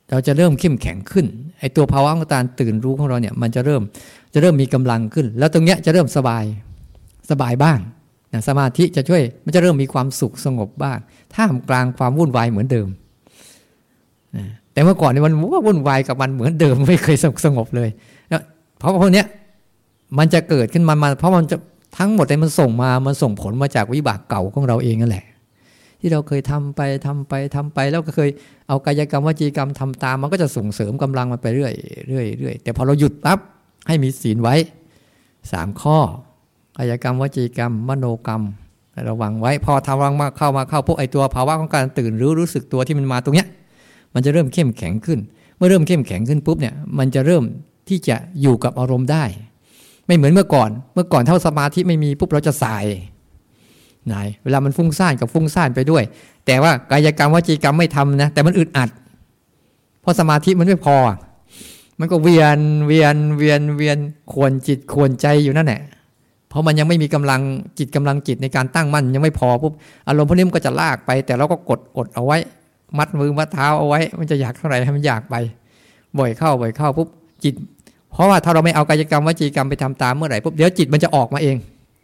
เราจะเริ่มเข้มแข็งขึ้นไอ้ตัวภาวะของการตื่นรู้ของเราเนี่ยมันจะเริ่มมีกำลังขึ้นแล้วตรงเนี้ยจะเริ่มสบายบ้างนะสมาธิจะช่วยมันจะเริ่มมีความสุขสงบบ้างท่ามกลางความวุ่นวายเหมือนเดิมนะแต่เมื่อก่อนเนี่ยมันวุ่นวายกับมันเหมือนเดิมไม่เคยสงบเลยนะเพราะพวกเนี้ยมันจะเกิดขึ้นมาเพราะมันจะทั้งหมดเนี่ยมันส่งผลมาจากวิบากเก่าของเราเองนั่นแหละที่เราเคยทำไปแล้วก็เคยเอากายกรรมวจีกรรมทำตามมันก็จะส่งเสริมกำลังมันไปเรื่อยแต่พอเราหยุดปั๊บให้มีศีลไว้3ข้อกายกรรมวจีกรรมมโนกรรมระวังไว้พอทำวังมาเข้าพวกไอตัวภาวะของการตื่นรู้สึกตัวที่มันมาตรงเนี้ยมันจะเริ่มเข้มแข็งขึ้นเมื่อเริ่มเข้มแข็งขึ้นปุ๊บเนี่ยมันจะเริ่มที่จะอยู่กับอารมณ์ได้ไม่เหมือนเมื่อก่อนถ้าสมาธิไม่มีปุ๊บเราจะสายเวลามันฟุ้งซ่านไปด้วยแต่ว่ากายกรรมวจีกรรมไม่ทำนะแต่มันอึดอัดเพราะสมาธิมันไม่พอมันก็เวียนควรจิตควรใจอยู่นั่นแหละเพราะมันยังไม่มีกำลังจิตในการตั้งมั่นยังไม่พอปุ๊บอารมณ์พวกนี้มันก็จะลากไปแต่เราก็กดเอาไว้มัดมือมัดเท้าเอาไว้มันจะอยากเท่าไหร่ให้มันอยากไปบ่อยเข้าปุ๊บจิตเพราะว่าถ้าเราไม่เอากายกรรมวจีกรรมไปทำตามเมื่อไหร่ปุ๊บเดี๋ยวจิตมันจะออกมาเอง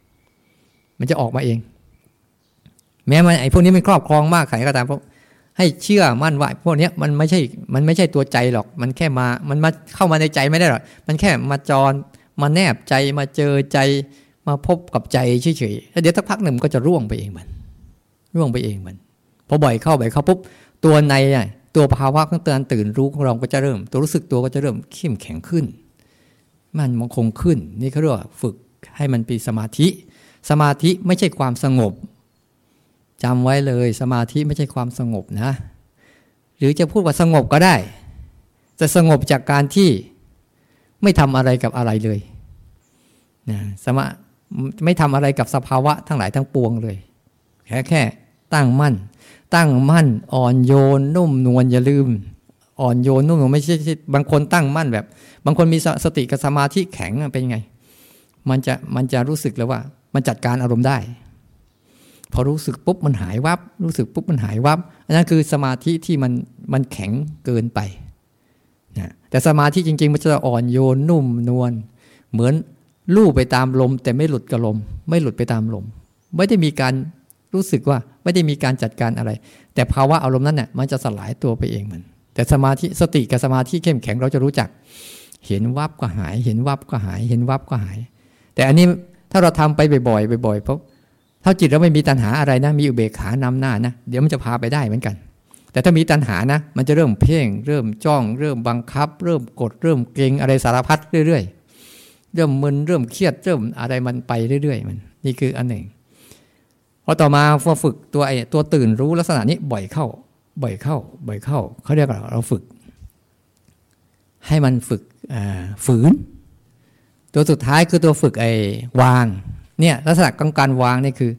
แม้มันไอ้พวกนี้มันครอบครองมากใครก็ตามพวกให้เชื่อมั่นว่าพวกนี้มันไม่ใช่ตัวใจหรอกมันแค่มันมาเข้ามาในใจไม่ได้หรอกมันแค่มาแนบใจมาเจอใจมาพบกับใจเฉยๆแล้วเดี๋ยวสักพักหนึ่งมันก็จะร่วงไปเองมันพอบ่อยเข้าปุ๊บตัวในตัวภาวะของการตื่นรู้ของเราก็จะเริ่มตัวรู้สึกตัวก็จะเริ่มเข้มแข็งขึ้นมันคงขึ้นนี่เขาเรียกว่าฝึกให้มันเป็นสมาธิไม่ใช่ความสงบจำไว้เลยสมาธิไม่ใช่ความสงบนะหรือจะพูดว่าสงบก็ได้จะสงบจากการที่ไม่ทำอะไรกับอะไรเลยนะไม่ทำอะไรกับสภาวะทั้งหลายทั้งปวงเลยแค่ตั้งมั่นอ่อนโยนนุ่มนวลอย่าลืมอ่อนโยนนุ่มนวลไม่ใช่บางคนตั้งมั่นแบบบางคนมีสติกับสมาธิแข็งเป็นไงมันจะรู้สึกแล้วว่ามันจัดการอารมณ์ได้พอรู้สึกปุ๊บมันหายวับอันนั้นคือสมาธิที่มันแข็งเกินไปนะแต่สมาธิจริงๆมันจะอ่อนโยนนุ่มนวลเหมือนลู่ไปตามลมแต่ไม่หลุดกับลมไม่หลุดไปตามลมไม่ได้มีการรู้สึกว่าไม่ได้มีการจัดการอะไรแต่ภาวะอารมณ์นั้นเนี่ยมันจะสลายตัวไปเองมันแต่สติกับสมาธิเข้มแข็งเราจะรู้จักเห็นวับก็หายเห็นวับก็หายแต่อันนี้ถ้าเราทำไปบ่อยเพราะถ้าจิตเราไม่มีตัณหาอะไรนะมีอุเบกขานำหน้านะเดี๋ยวมันจะพาไปได้เหมือนกันแต่ถ้ามีตัณหานะมันจะเริ่มเพ่งเริ่มจ้องเริ่มบังคับเริ่มกดเริ่มเกรงอะไรสารพัดเรื่อยๆเริ่มมึนเริ่มเครียดเริ่มอะไรมันไปเรื่อยๆมันนี่คืออันหนึ่งพอต่อมาพอฝึกตัวตื่นรู้ลักษณะนี้บ่อยเข้าเขาเรียกเราฝึกให้มันฝึกฝืนตัวสุดท้ายคือตัวฝึกวางเนี่ยลักษณะของการวางนี่คือ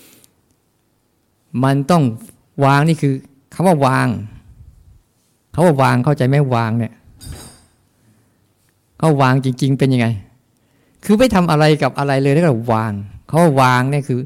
มันต้องวางนี่คือคำว่าวางเข้าใจไหมวางเนี่ยเขาวางจริงๆเป็นยังไงคือไม่ทำอะไรกับอะไรเลยแล้วก็วางเขาวางเนี่ยคือ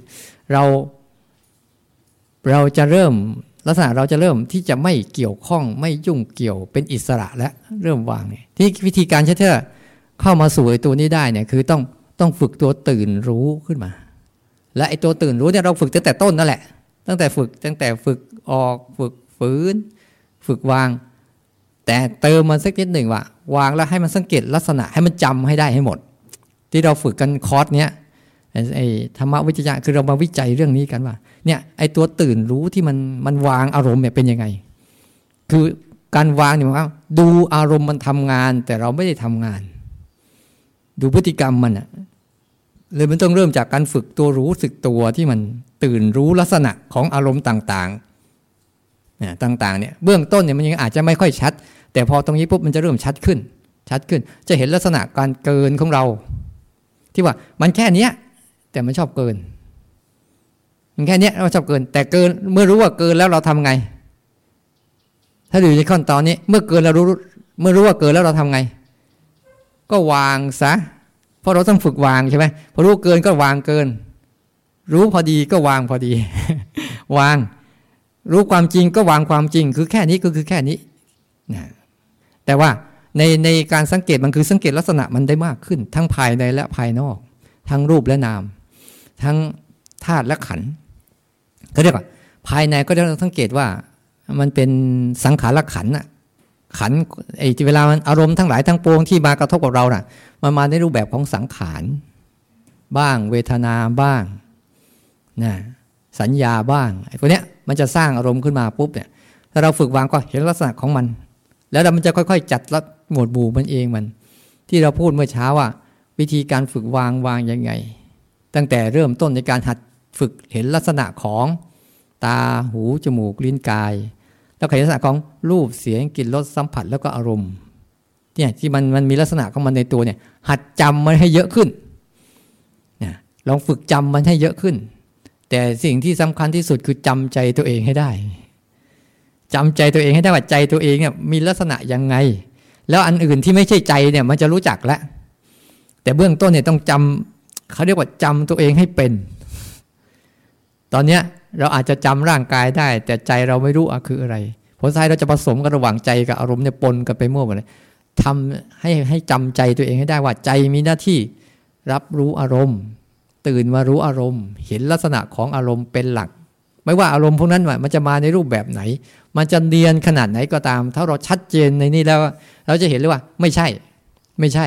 เราจะเริ่มลักษณะเราจะเริ่มที่จะไม่เกี่ยวข้องไม่ยุ่งเกี่ยวเป็นอิสระและเริ่มวางเนี่ยที่วิธีการเชื่อเข้ามาสู่ตัวนี้ได้เนี่ยคือต้องฝึกตัวตื่นรู้ขึ้นมาและไอ้ตัวตื่นรู้เนี่ยเราฝึกตั้งแต่ต้นนั่นแหละตั้งแต่ฝึกออกฝึกฝืนฝึกวางแต่เติมมันสักนิดหนึ่งว่าวางแล้วให้มันสังเกตลักษณะให้มันจำให้ได้ให้หมดที่เราฝึกกันคอร์สเนี้ยไอ้ธรรมวิจยะคือเรามาวิจัยเรื่องนี้กันว่าเนี่ยไอ้ตัวตื่นรู้ที่มันวางอารมณ์เนี่ยเป็นยังไงคือการวางเนี่ยว่าดูอารมณ์มันทำงานแต่เราไม่ได้ทำงานดูพฤติกรรมมันเลยมันต้องเริ่มจากการฝึกตัวรู้สึกตัวที่มันตื่นรู้ลักษณะของอารมณ์ต่างๆเนี่ยเบื้องต้นเนี่ยมันยังอาจจะไม่ค่อยชัดแต่พอตรงนี้ปุ๊บมันจะเริ่มชัดขึ้นจะเห็นลักษณะการเกินของเราที่ว่ามันแค่นี้แต่มันชอบเกินมันแค่นี้เราชอบเกินแต่เกินเมื่อรู้ว่าเกินแล้วเราทำไงถ้าอยู่ในขั้นตอนนี้เมื่อเกินเราเมื่อรู้ว่าเกินแล้วเราทำไงก็วางซะเพราะเราต้องฝึกวางใช่ไหมพอรู้เกินก็วางเกินรู้พอดีก็วางพอดี วางรู้ความจริงก็วางความจริงคือแค่นี้ก็คือแค่นี้นะแต่ว่าในการสังเกตมันคือสังเกตลักษณะมันได้มากขึ้นทั้งภายในและภายนอกทั้งรูปและนามทั้งธาตุและขันธ์เขาเรียกว่าภายในก็ได้สังเกตว่ามันเป็นสังขารขันธ์น่ะขันธ์ไอ้เวลามันอารมณ์ทั้งหลายทั้งปวงที่มากระทบกับเราน่ะมันมาในรูปแบบของสังขารบ้างเวทนาบ้างนะสัญญาบ้างไอ้พวกเนี้ยมันจะสร้างอารมณ์ขึ้นมาปุ๊บเนี่ยถ้าเราฝึกวางก็เห็นลักษณะของมันแล้วมันจะค่อยๆจัดละหมวดหมู่มันเองมันที่เราพูดเมื่อเช้าว่าวิธีการฝึกวางยังไงตั้งแต่เริ่มต้นในการหัดฝึกเห็นลักษณะของตาหูจมูกลิ้นกายแล้วเห็นลักษณะของรูปเสียงกลิ่นรสสัมผัสแล้วก็อารมณ์เนี่ยที่มันมีลักษณะของมันในตัวเนี่ยหัดจำมันให้เยอะขึ้นเนี่ยลองฝึกจำมันให้เยอะขึ้นแต่สิ่งที่สำคัญที่สุดคือจำใจตัวเองให้ได้จำใจตัวเองให้ได้ว่าใจตัวเองเนี่ยมีลักษณะยังไงแล้วอันอื่นที่ไม่ใช่ใจเนี่ยมันจะรู้จักแล้วแต่เบื้องต้นเนี่ยต้องจำเขาเรียกว่าจำตัวเองให้เป็นตอนเนี้ยเราอาจจะจำร่างกายได้แต่ใจเราไม่รู้คืออะไรผลท้ายเราจะผสมกันระหว่างใจกับอารมณ์เนี่ยปนกันไปมั่วหมดเลยทำให้จำใจตัวเองให้ได้ว่าใจมีหน้าที่รับรู้อารมณ์ตื่นมารู้อารมณ์เห็นลักษณะของอารมณ์เป็นหลักไม่ว่าอารมณ์พวกนั้นมันจะมาในรูปแบบไหนมันจะเนียนขนาดไหนก็ตามถ้าเราชัดเจนในนี้แล้วเราจะเห็นเลยว่าไม่ใช่มันไม่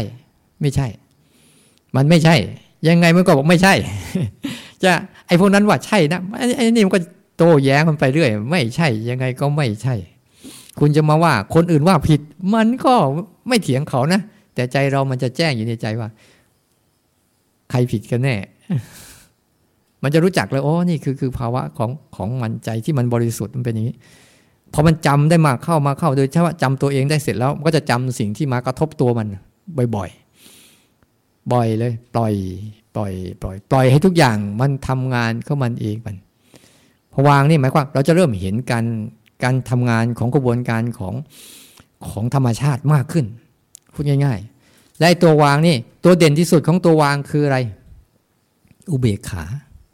ใช่ยังไงมันก็บอกไม่ใช่จะไอ้พวกนั้นว่าใช่นะไอ้นี่มันก็โต้แย้งมันไปเรื่อยไม่ใช่ยังไงก็ไม่ใช่คุณจะมาว่าคนอื่นว่าผิดมันก็ไม่เถียงเขานะแต่ใจเรามันจะแจ้งอยู่ในใจว่าใครผิดกันแน่มันจะรู้จักเลยนี่คือภาวะของมันใจที่มันบริสุทธิ์มันเป็นอย่างนี้พอมันจำได้มาเข้าโดยเฉพาะจำตัวเองได้เสร็จแล้วมันก็จะจำสิ่งที่มากระทบตัวมันบ่อยเลยปล่อยให้ทุกอย่างมันทำงานของมันเองมันพอวางนี่หมายความเราจะเริ่มเห็นการทำงานของกระบวนการของธรรมชาติมากขึ้นพูดง่ายๆและตัววางนี่ตัวเด่นที่สุดของตัววางคืออะไรอุเบกขา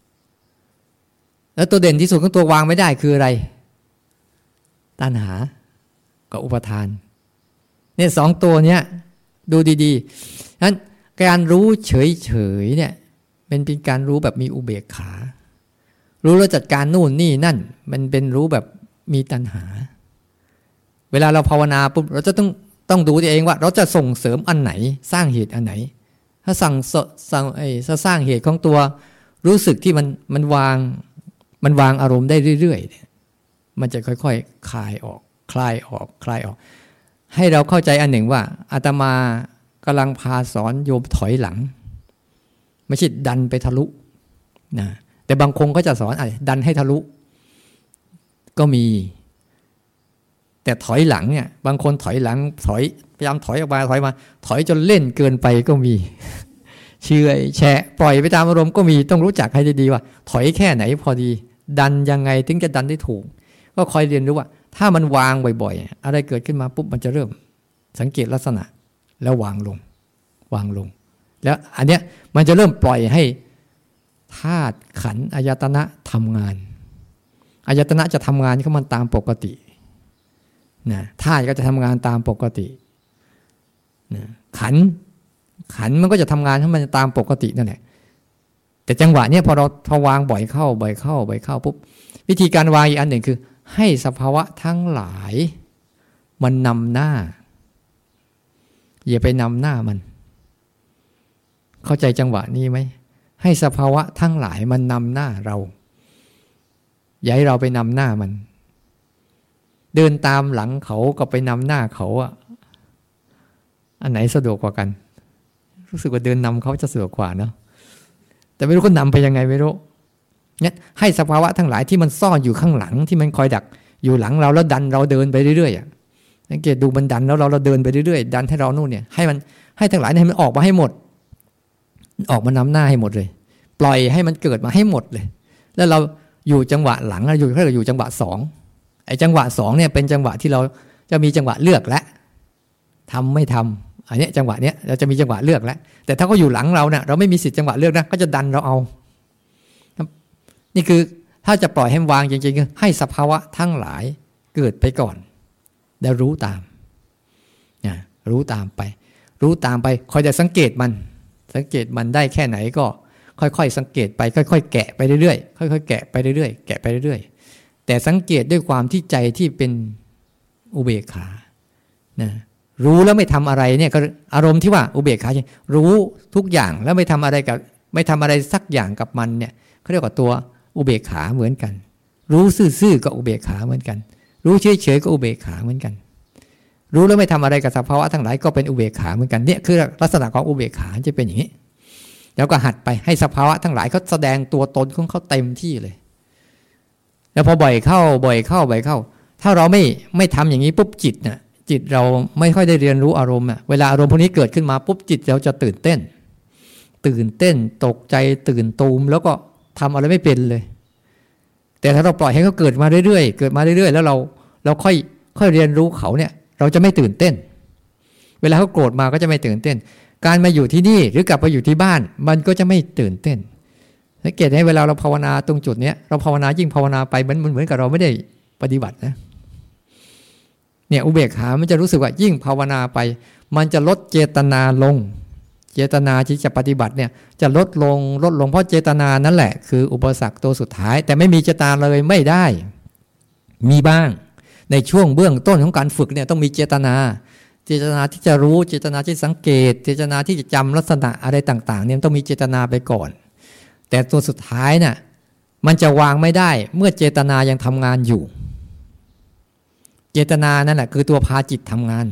แล้วตัวเด่นที่สุดของตัววางไม่ได้คืออะไรตัณหากับอุปทานเนี่ยสองตัวเนี้ยดูดีๆนั้นการรู้เฉยๆเนี่ยเป็นการรู้แบบมีอุเบกขารู้แล้วจัดการนู่นนี่นั่นมันเป็นรู้แบบมีตัณหาเวลาเราภาวนาปุ๊บเราจะต้องดูตัวเองว่าเราจะส่งเสริมอันไหนสร้างเหตุอันไหนถ้าสร้างเหตุของตัวรู้สึกที่มันวางอารมณ์ได้เรื่อยๆมันจะค่อยๆคลายออกให้เราเข้าใจอันหนึ่งว่าอาตมากำลังพาสอนโยมถอยหลังไม่ใช่ดันไปทะลุนะแต่บางคนก็จะสอนดันให้ทะลุก็มีแต่ถอยหลังเนี่ยบางคนถอยหลังพยายามถอยออกมาถอยจนเล่นเกินไปก็มีเชื่อแฉะปล่อยไปตามอารมณ์ก็มีต้องรู้จักให้ดีๆว่าถอยแค่ไหนพอดีดันยังไงถึงจะดันได้ถูกก็คอยเรียนรู้ว่าถ้ามันวางบ่อยๆอะไรเกิดขึ้นมาปุ๊บมันจะเริ่มสังเกตลักษณะแล้ววางลงแล้วอันเนี้ยมันจะเริ่มปล่อยให้ธาตุขันธ์อายตนะทำงานอายตนะจะทำงานของมันตามปกตินะธาตุก็จะทำงานตามปกตินะขันธ์มันก็จะทำงานของมันตามปกตินั่นแหละแต่จังหวะเนี้ยพอวางบ่อยเข้าปุ๊บวิธีการวางอีกอันหนึ่งคือให้สภาวะทั้งหลายมันนำหน้าอย่าไปนำหน้ามันเข้าใจจังหวะนี้ไหมให้สภาวะทั้งหลายมันนำหน้าเราอย่าให้เราไปนำหน้ามันเดินตามหลังเขาก็ไปนำหน้าเขาอันไหนสะดวกกว่ากันรู้สึกว่าเดินนำเขาจะสะดวกกว่าเนาะแต่ไม่รู้เขานำไปยังไงไม่รู้เนี่ยให้สภาวะทั้งหลายที่มันซ่อนอยู่ข้างหลังที่มันคอยดักอยู่หลังเราแล้วดันเราเดินไปเรื่อยๆสังเกตดูมันดันแล้วเราเดินไปเรื่อยๆดันให้เรานู่นเนี่ยให้ทั้งหลายให้มันออกมาให้หมดออกมานำหน้าให้หมดเลยปล่อยให้มันเกิดมาให้หมดเลยแล้วเราอยู่จังหวะหลังเราอยู่จังหวะสองไอ้จังหวะสองเนี่ยเป็นจังหวะที่เราจะมีจังหวะเลือกแล้วทำไม่ทำอันนี้จังหวะเนี้ยเราจะมีจังหวะเลือกแล้วแต่ถ้าเขาอยู่หลังเราเนี่ยเราไม่มีสิทธิ์จังหวะเลือกนะก็จะดันเราเอานี่คือถ้าจะปล่อยให้วางจริงๆให้สภาวะทั้งหลายเกิดไปก่อนแล้วรู้ตามรู้ตามไปคอยจะสังเกตมันได้แค่ไหนก็ค่อยๆสังเกตไปค่อยๆแกะไปเรื่อยๆค่อยๆแกะไปเรื่อยๆแกะไปเรื่อยๆแต่สังเกตด้วยความที่ใจที่เป็นอุเบกขานะรู้แล้วไม่ทำอะไรเนี่ยก็อารมณ์ที่ว่าอุเบกขารู้ทุกอย่างแล้วไม่ทำอะไรสักอย่างกับมันเนี่ยเขาเรียกว่าตัวอุเบกขาเหมือนกันรู้ซื่อๆก็อุเบกขาเหมือนกันรู้เฉยๆก็อุเบกขาเหมือนกันรู้แล้วไม่ทำอะไรกับสภาวะทั้งหลายก็เป็นอุเบกขาเหมือนกันเนี่ยคือลักษณะของอุเบกขาจะเป็นอย่างนี้แล้วก็หัดไปให้สภาวะทั้งหลายเขาแสดงตัวตนของเขาเต็มที่เลยแล้วพอบ่อยเข้าถ้าเราไม่ทำอย่างนี้ปุ๊บจิตเราไม่ค่อยได้เรียนรู้อารมณ์เวลาอารมณ์พวกนี้เกิดขึ้นมาปุ๊บจิตเราจะตื่นเต้นตกใจตื่นตูมแล้วก็ทำอะไรไม่เป็นเลยแต่ถ้าเราปล่อยให้เขาเกิดมาเรื่อยๆแล้วเราค่อยเรียนรู้เขาเนี่ยเราจะไม่ตื่นเต้นเวลาเขาโกรธมาก็จะไม่ตื่นเต้นการมาอยู่ที่นี่หรือกลับไปอยู่ที่บ้านมันก็จะไม่ตื่นเต้นสังเกตให้เวลาเราภาวนาตรงจุดนี้เราภาวนายิ่งภาวนาไปมันเหมือนกับเราไม่ได้ปฏิบัตินะเนี่ยอุเบกขามันจะรู้สึกว่ายิ่งภาวนาไปมันจะลดเจตนาลงเจตนาที่จะปฏิบัติเนี่ยจะลดลงเพราะเจตนานั่นแหละคืออุปสรรคตัวสุดท้ายแต่ไม่มีเจตนาเลยไม่ได้มีบ้างในช่วงเบื้องต้นของการฝึกเนี่ยต้องมีเจตนาที่จะรู้เจตนาที่สังเกตเจตนาที่จะจำลักษณะอะไรต่างๆเนี่ยต้องมีเจตนาไปก่อนแต่ตัวสุดท้ายน่ะมันจะวางไม่ได้เมื่อเจตนายังทำงานอยู่เจตนานั่นแหละคือตัวพาจิตทำงาน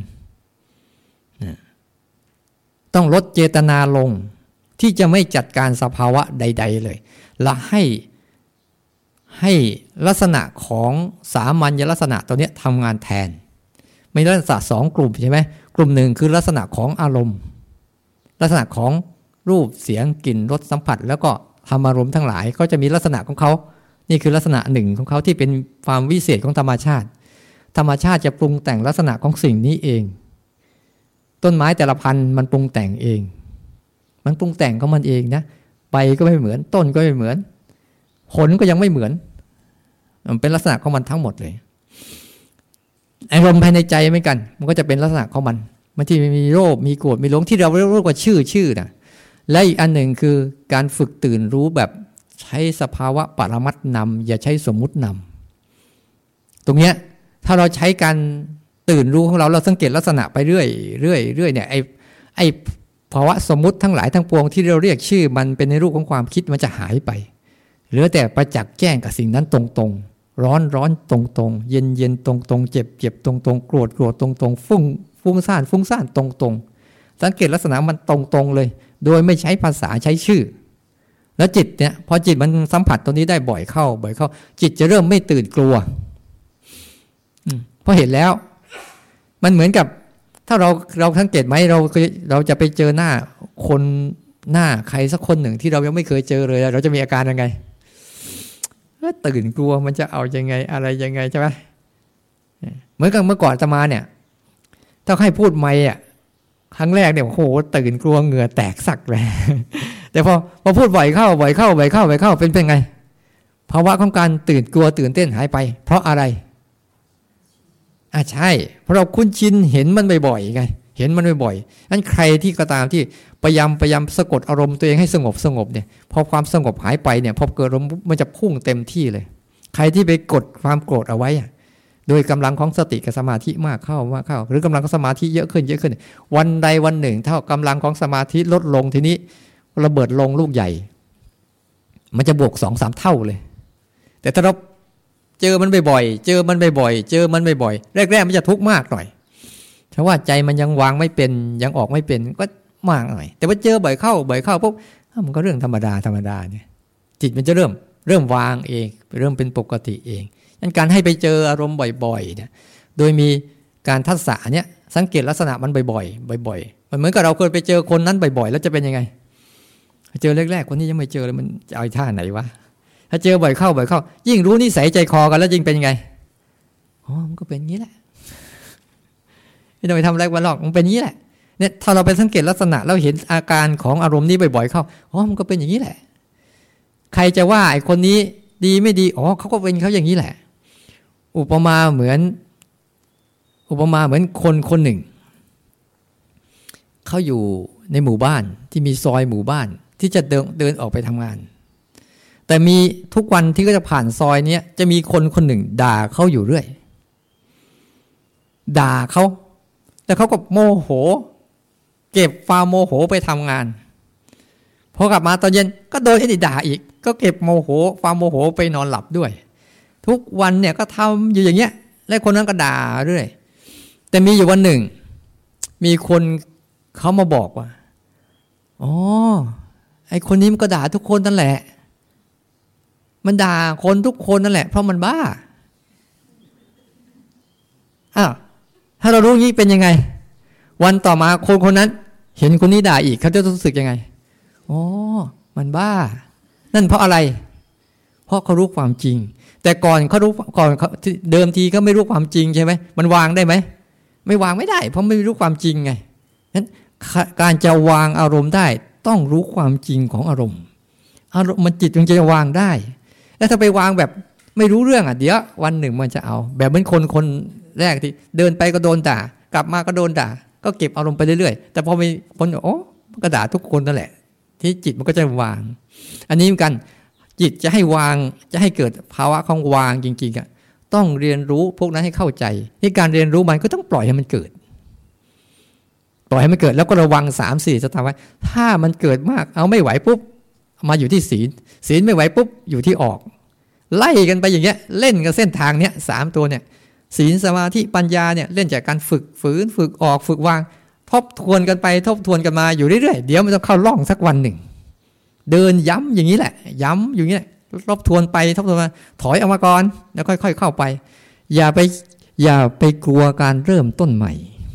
ต้องลดเจตนาลงที่จะไม่จัดการสภาวะใดๆเลยและให้ลักษณะของสามัญลักษณะตัวนี้ทำงานแทนไม่ลักษณะสองกลุ่มใช่ไหมกลุ่มหนึ่งคือลักษณะของอารมณ์ลักษณะของรูปเสียงกลิ่นรสสัมผัสแล้วก็ธรรมารมณ์ทั้งหลายก็จะมีลักษณะของเขานี่คือลักษณะหนึ่งของเขาที่เป็นความวิเศษของธรรมชาติจะปรุงแต่งลักษณะของสิ่งนี้เองต้นไม้แต่ละพันธุ์มันปรุงแต่งเองมันปรุงแต่งของมันเองนะใบก็ไม่เหมือนต้นก็ไม่เหมือนผลก็ยังไม่เหมือนมันเป็นลักษณะของมันทั้งหมดเลยอารมณ์ภายในใจเหมือนกันมันก็จะเป็นลักษณะของมันที่มีโลภมีโกรธมีหลงที่เราเรียกว่าชื่อนะและอีกอันหนึ่งคือการฝึกตื่นรู้แบบใช้สภาวะปรมัตถ์นำอย่าใช้สมมุตินำตรงเนี้ยถ้าเราใช้การตื่นรู้ของเราสังเกตลักษณะไปเรื่อยเนี่ยไอ้ภาวะสมมุติทั้งหลายทั้งปวงที่เราเรียกชื่อมันเป็นในรูปของความคิดมันจะหายไปเหลือแต่ประจักษ์แจ้งกับสิ่งนั้นตรงๆร้อนตรงๆเย็นตรงๆเจ็บตรงๆโกรธตรงๆฟุ้งซ่านตรงๆสังเกตลักษณะมันตรงๆเลยโดยไม่ใช้ภาษาใช้ชื่อแล้วจิตเนี่ยพอจิตมันสัมผัสตัวนี้ได้บ่อยเข้าจิตจะเริ่มไม่ตื่นกลัวเพราะเห็นแล้วมันเหมือนกับถ้าเราสังเกตไหมเราจะไปเจอหน้าคนหน้าใครสักคนหนึ่งที่เรายังไม่เคยเจอเลยเราจะมีอาการยังไงตื่นกลัวมันจะเอายังไงอะไรยังไงใช่ไหมเหมือนกับเมื่อก่อนอาตมาเนี่ยถ้าให้พูดไม่ครั้งแรกเนี่ยโอ้โหตื่นกลัวเหงื่อแตกสักเลยแต่พอพูดบ่อยเข้าเป็นไงภาวะของการตื่นกลัวตื่นเต้นหายไปเพราะอะไรใช่เพราะเราคุ้นชินเห็นมันบ่อยๆไงเห็นมันบ่อยๆนั้นใครที่ก็ตามที่พยายามสะกดอารมณ์ตัวเองให้สงบเนี่ยพอความสงบหายไปเนี่ยพอเกิดอารมณ์มันจะพุ่งเต็มที่เลยใครที่ไปกดความโกรธเอาไว้โดยกำลังของสติกับสมาธิมากเข้าหรือกำลังของสมาธิเยอะขึ้นวันใดวันหนึ่งเท่ากำลังของสมาธิลดลงทีนี้ระเบิดลงลูกใหญ่มันจะบวก 2-3 เท่าเลยแต่ถ้าเราเจอมันบ่อยๆแรกๆมันจะทุกข์มากหน่อยเพราะว่าใจมันยังวางไม่เป็นยังออกไม่เป็นก็มากหน่อยแต่ว่าเจอบ่อยเข้าปุ๊บมันก็เรื่องธรรมดาเนี่ยจิตมันจะเริ่มวางเองเริ่มเป็นปกติเองงั้นการให้ไปเจออารมณ์บ่อยๆเนี่ยโดยมีการทัศษะเนี่ยสังเกตลักษณะมันบ่อยๆมันเหมือนกับเราเคยไปเจอคนนั้นบ่อยๆแล้วจะเป็นยังไงเจอแรกๆคนนี้ยังไม่เจอเลยมันจะเอาท่าไหนวะถ้าเจอบ่อยเข้ายิ่งรู้นิสัยใจคอกันแล้วยิ่งเป็นยังไงมันก็เป็นอย่างนี้แหละไม่ต้องไปทำอะไรกันหรอกมันเป็นอย่างนี้แหละเนี่ยถ้าเราไปสังเกตลักษณะแล้วเห็นอาการของอารมณ์นี้บ่อยๆเข้ามันก็เป็นอย่างนี้แหละใครจะว่าไอ้คนนี้ดีไม่ดีเขาก็เป็นเขาอย่างนี้แหละอุปมาเหมือนคนหนึ่งเขาอยู่ในหมู่บ้านที่มีซอยหมู่บ้านที่จะเดินออกไปทำงานแต่มีทุกวันที่ก็จะผ่านซอยนี้จะมีคนคนหนึ่งด่าเขาอยู่เรื่อยด่าเขาแล้วเขาก็โมโหเก็บความโมโหไปทำงานพอกลับมาตอนเย็นก็โดนไอ้นี่ด่าอีกก็เก็บโมโหความโมโหไปนอนหลับด้วยทุกวันเนี่ยก็ทำอยู่อย่างเงี้ยและคนนั้นก็ด่าเรื่อยแต่มีอยู่วันหนึ่งมีคนเขามาบอกว่าอ๋อไอ้คนนี้มันก็ด่าทุกคนนั่นแหละมันด่าคนทุกคนนั่นแหละเพราะมันบ้าอ้าวถ้าเรารู้งี้เป็นยังไงวันต่อมาคนคนนั้นเห็นคนนี้ด่าอีกเขาจะรู้สึกยังไงอ๋อมันบ้านั่นเพราะอะไรเพราะเขารู้ความจริงแต่ก่อนเขารู้ก่อนเดิมทีก็ไม่รู้ความจริงใช่ไหมมันวางได้ไหมไม่วางไม่ได้เพราะไม่รู้ความจริงไงนั้นการจะวางอารมณ์ได้ต้องรู้ความจริงของอารมณ์มันจิตจึงจะวางได้แล้วถ้าไปวางแบบไม่รู้เรื่องเดี๋ยววันหนึ่งมันจะเอาแบบเหมือนคนแรกที่เดินไปก็โดนด่ากลับมาก็โดนด่าก็เก็บอารมณ์ไปเรื่อยๆแต่พอมีคนโอ้มันก็ด่าทุกคนนั่นแหละที่จิตมันก็จะวางอันนี้เหมือนกันจิตจะให้วางจะให้เกิดภาวะของวางจริงๆต้องเรียนรู้พวกนั้นให้เข้าใจที่การเรียนรู้มันก็ต้องปล่อยให้มันเกิดปล่อยให้มันเกิดแล้วก็ระวัง 3-4 สถาบันถ้ามันเกิดมากเอาไม่ไหวปุ๊บมาอยู่ที่ศีลไม่ไหวปุ๊บอยู่ที่ออกไล่กันไปอย่างเงี้ยเล่นกับเส้นทางเนี้ย3ตัวเนี่ยศีลสมาธิปัญญาเนี่ยเล่นจากการฝึกฝืนฝึกออกฝึกวางทบทวนกันไปทบทวนกันมาอยู่เรื่อยๆเดี๋ยวมันจะเข้าร่องสักวันหนึ่งเดินย้ำอย่างนี้แหละย้ำอย่างนี้ทบทวนไปทบทวนมาถอยออกมาก่อนแล้วค่อยๆเข้าไปอย่าไปกลัวการเริ่มต้นใหม่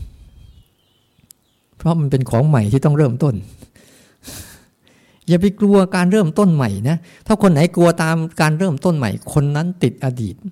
เพราะมันเป็นของใหม่ที่ต้องเริ่มต้นอย่าไปกลัวการเริ่มต้นใหม่นะถ้าคนไหนกลัวตามการเริ่มต้นใหม่คนนั้นติดอดีต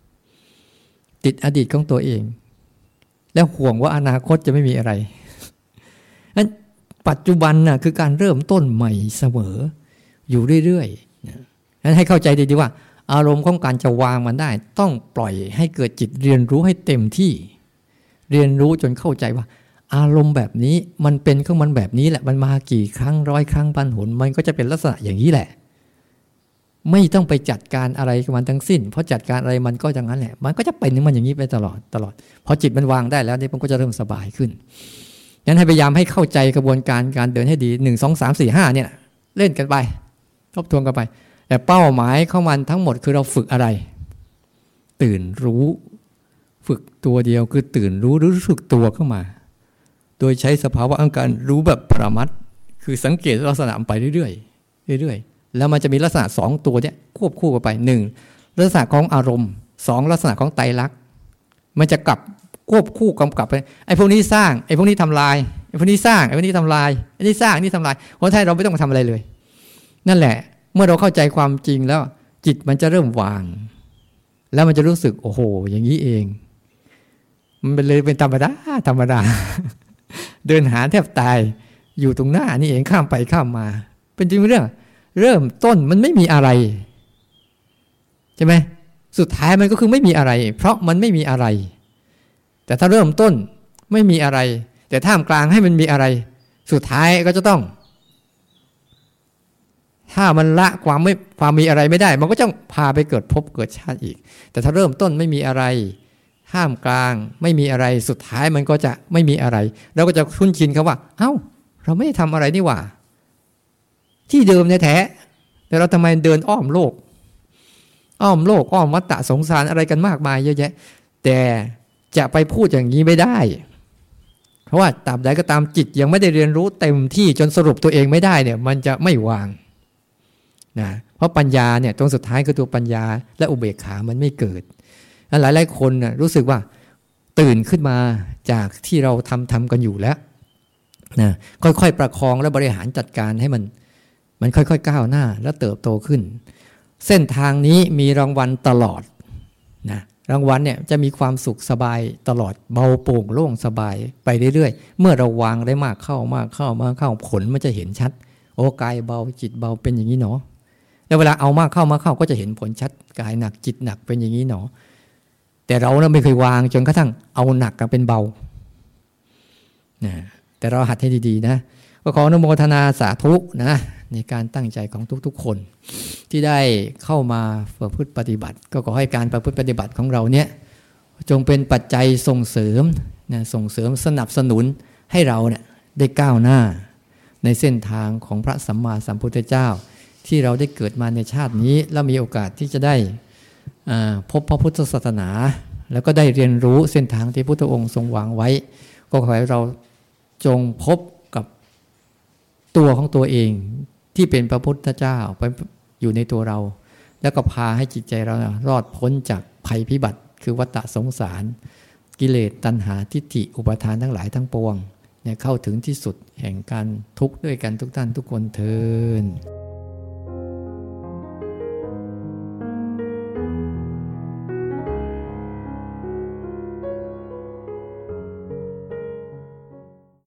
ของตัวเองแล้วห่วงว่าอนาคตจะไม่มีอะไรนั้นปัจจุบันน่ะคือการเริ่มต้นใหม่เสมออยู่เรื่อยๆนั้นให้เข้าใจดีๆว่าอารมณ์ของการจะวางมันได้ต้องปล่อยให้เกิดจิตเรียนรู้ให้เต็มที่เรียนรู้จนเข้าใจว่าอารมณ์แบบนี้มันเป็นของมันแบบนี้แหละมันมากี่ครั้ง100 ครั้งพันหนมันก็จะเป็นลักษณะอย่างนี้แหละไม่ต้องไปจัดการอะไรกับมันทั้งสิ้นเพราะจัดการอะไรมันก็อย่างนั้นแหละมันก็จะเป็นมันอย่างนี้ไปตลอดพอจิตมันวางได้แล้วนี่มันก็จะเริ่มสบายขึ้นงั้นให้พยายามให้เข้าใจกระบวนการการเดินให้ดี1 2 3 4 5เนี่ยเล่นกันไปทบทวนกันไปแต่เป้าหมายของมันทั้งหมดคือเราฝึกอะไรตื่นรู้ฝึกตัวเดียวคือตื่นรู้รู้สึกตัวเข้ามาโดยใช้สภาวะอาการรู้แบบปรมัตถ์คือสังเกตลักษณะไปเรื่อยๆแล้วมันจะมีลักษณะ2ตัวเนี่ยควบคู่กันไป1ลักษณะของอารมณ์2ลักษณะของไตรลักษณ์มันจะกลับควบคู่กำกับไปไอ้พวกนี้สร้างไอ้พวกนี้ทำลายไอ้พวกนี้สร้างไอ้พวกนี้ทำลายไอ้นี่สร้างนี่ทำลายเพราะแท้เราไม่ต้องทำอะไรเลยนั่นแหละเมื่อเราเข้าใจความจริงแล้วจิตมันจะเริ่มวางแล้วมันจะรู้สึกโอ้โหอย่างนี้เองมันเป็นธรรมดาเดินหาแทบตายอยู่ตรงหน้านี่เองข้ามไปข้ามมาเป็นจริงเรื่องเริ่มต้นมันไม่มีอะไรใช่ไหมสุดท้ายมันก็คือไม่มีอะไรเพราะมันไม่มีอะไรแต่ถ้าเริ่มต้นไม่มีอะไรแต่ท่ามกลางให้มันมีอะไรสุดท้ายก็จะต้องถ้ามันละความมีอะไรไม่ได้มันก็จะพาไปเกิดภพเกิดชาติอีกแต่ถ้าเริ่มต้นไม่มีอะไรท่ามกลางไม่มีอะไรสุดท้ายมันก็จะไม่มีอะไรเราก็จะคุ้นชินคำว่าเอ้าเราไม่ได้ทำอะไรนี่หว่าที่เดิมแท้แต่เราทำไมเดินอ้อมโลกอ้อมวัฏฏะสงสารอะไรกันมากมายเยอะแยะแต่จะไปพูดอย่างนี้ไม่ได้เพราะว่าตราบใดก็ตามจิตยังไม่ได้เรียนรู้เต็มที่จนสรุปตัวเองไม่ได้เนี่ยมันจะไม่วางนะเพราะปัญญาเนี่ยตรงสุดท้ายคือตัวปัญญาและอุเบกขามันไม่เกิดหลายคนน่ะรู้สึกว่าตื่นขึ้นมาจากที่เราทำกันอยู่แล้วนะค่อยๆประคองและบริหารจัดการให้มันค่อยๆก้าวหน้าและเติบโตขึ้นเส้นทางนี้มีรางวัลตลอดนะรางวัลเนี่ยจะมีความสุขสบายตลอดเบาโปร่งโล่งสบายไปเรื่อยๆเมื่อเราวางได้มากเข้าผลมันจะเห็นชัดโอ้กายเบาจิตเบาเป็นอย่างนี้เนาะแล้วเวลาเอามากเข้าก็จะเห็นผลชัดกายหนักจิตหนักเป็นอย่างนี้เนาะแต่เราไม่เคยวางจนกระทั่งเอาหนักกับเป็นเบานะแต่เราหัดให้ดีๆนะก็ขออนุโมทนาสาธุนะในการตั้งใจของทุกๆคนที่ได้เข้ามาประพฤติปฏิบัติก็ขอให้การประพฤติปฏิบัติของเราเนี่ยจงเป็นปัจจัยส่งเสริมนะส่งเสริมสนับสนุนให้เราเนี่ยได้ก้าวหน้าในเส้นทางของพระสัมมาสัมพุทธเจ้าที่เราได้เกิดมาในชาตินี้แล้วมีโอกาสที่จะได้พบพระพุทธศาสนาแล้วก็ได้เรียนรู้เส้นทางที่พระพุทธองค์ทรงวางไว้ก็ขอให้เราจงพบกับตัวของตัวเองที่เป็นพระพุทธเจ้าไปอยู่ในตัวเราแล้วก็พาให้จิตใจเรารอดพ้นจากภัยพิบัติคือวัฏสงสารกิเลสตัณหาทิฏฐิอุปาทานทั้งหลายทั้งปวงเข้าถึงที่สุดแห่งการทุกข์ด้วยกันทุกท่านทุกคนเทอญ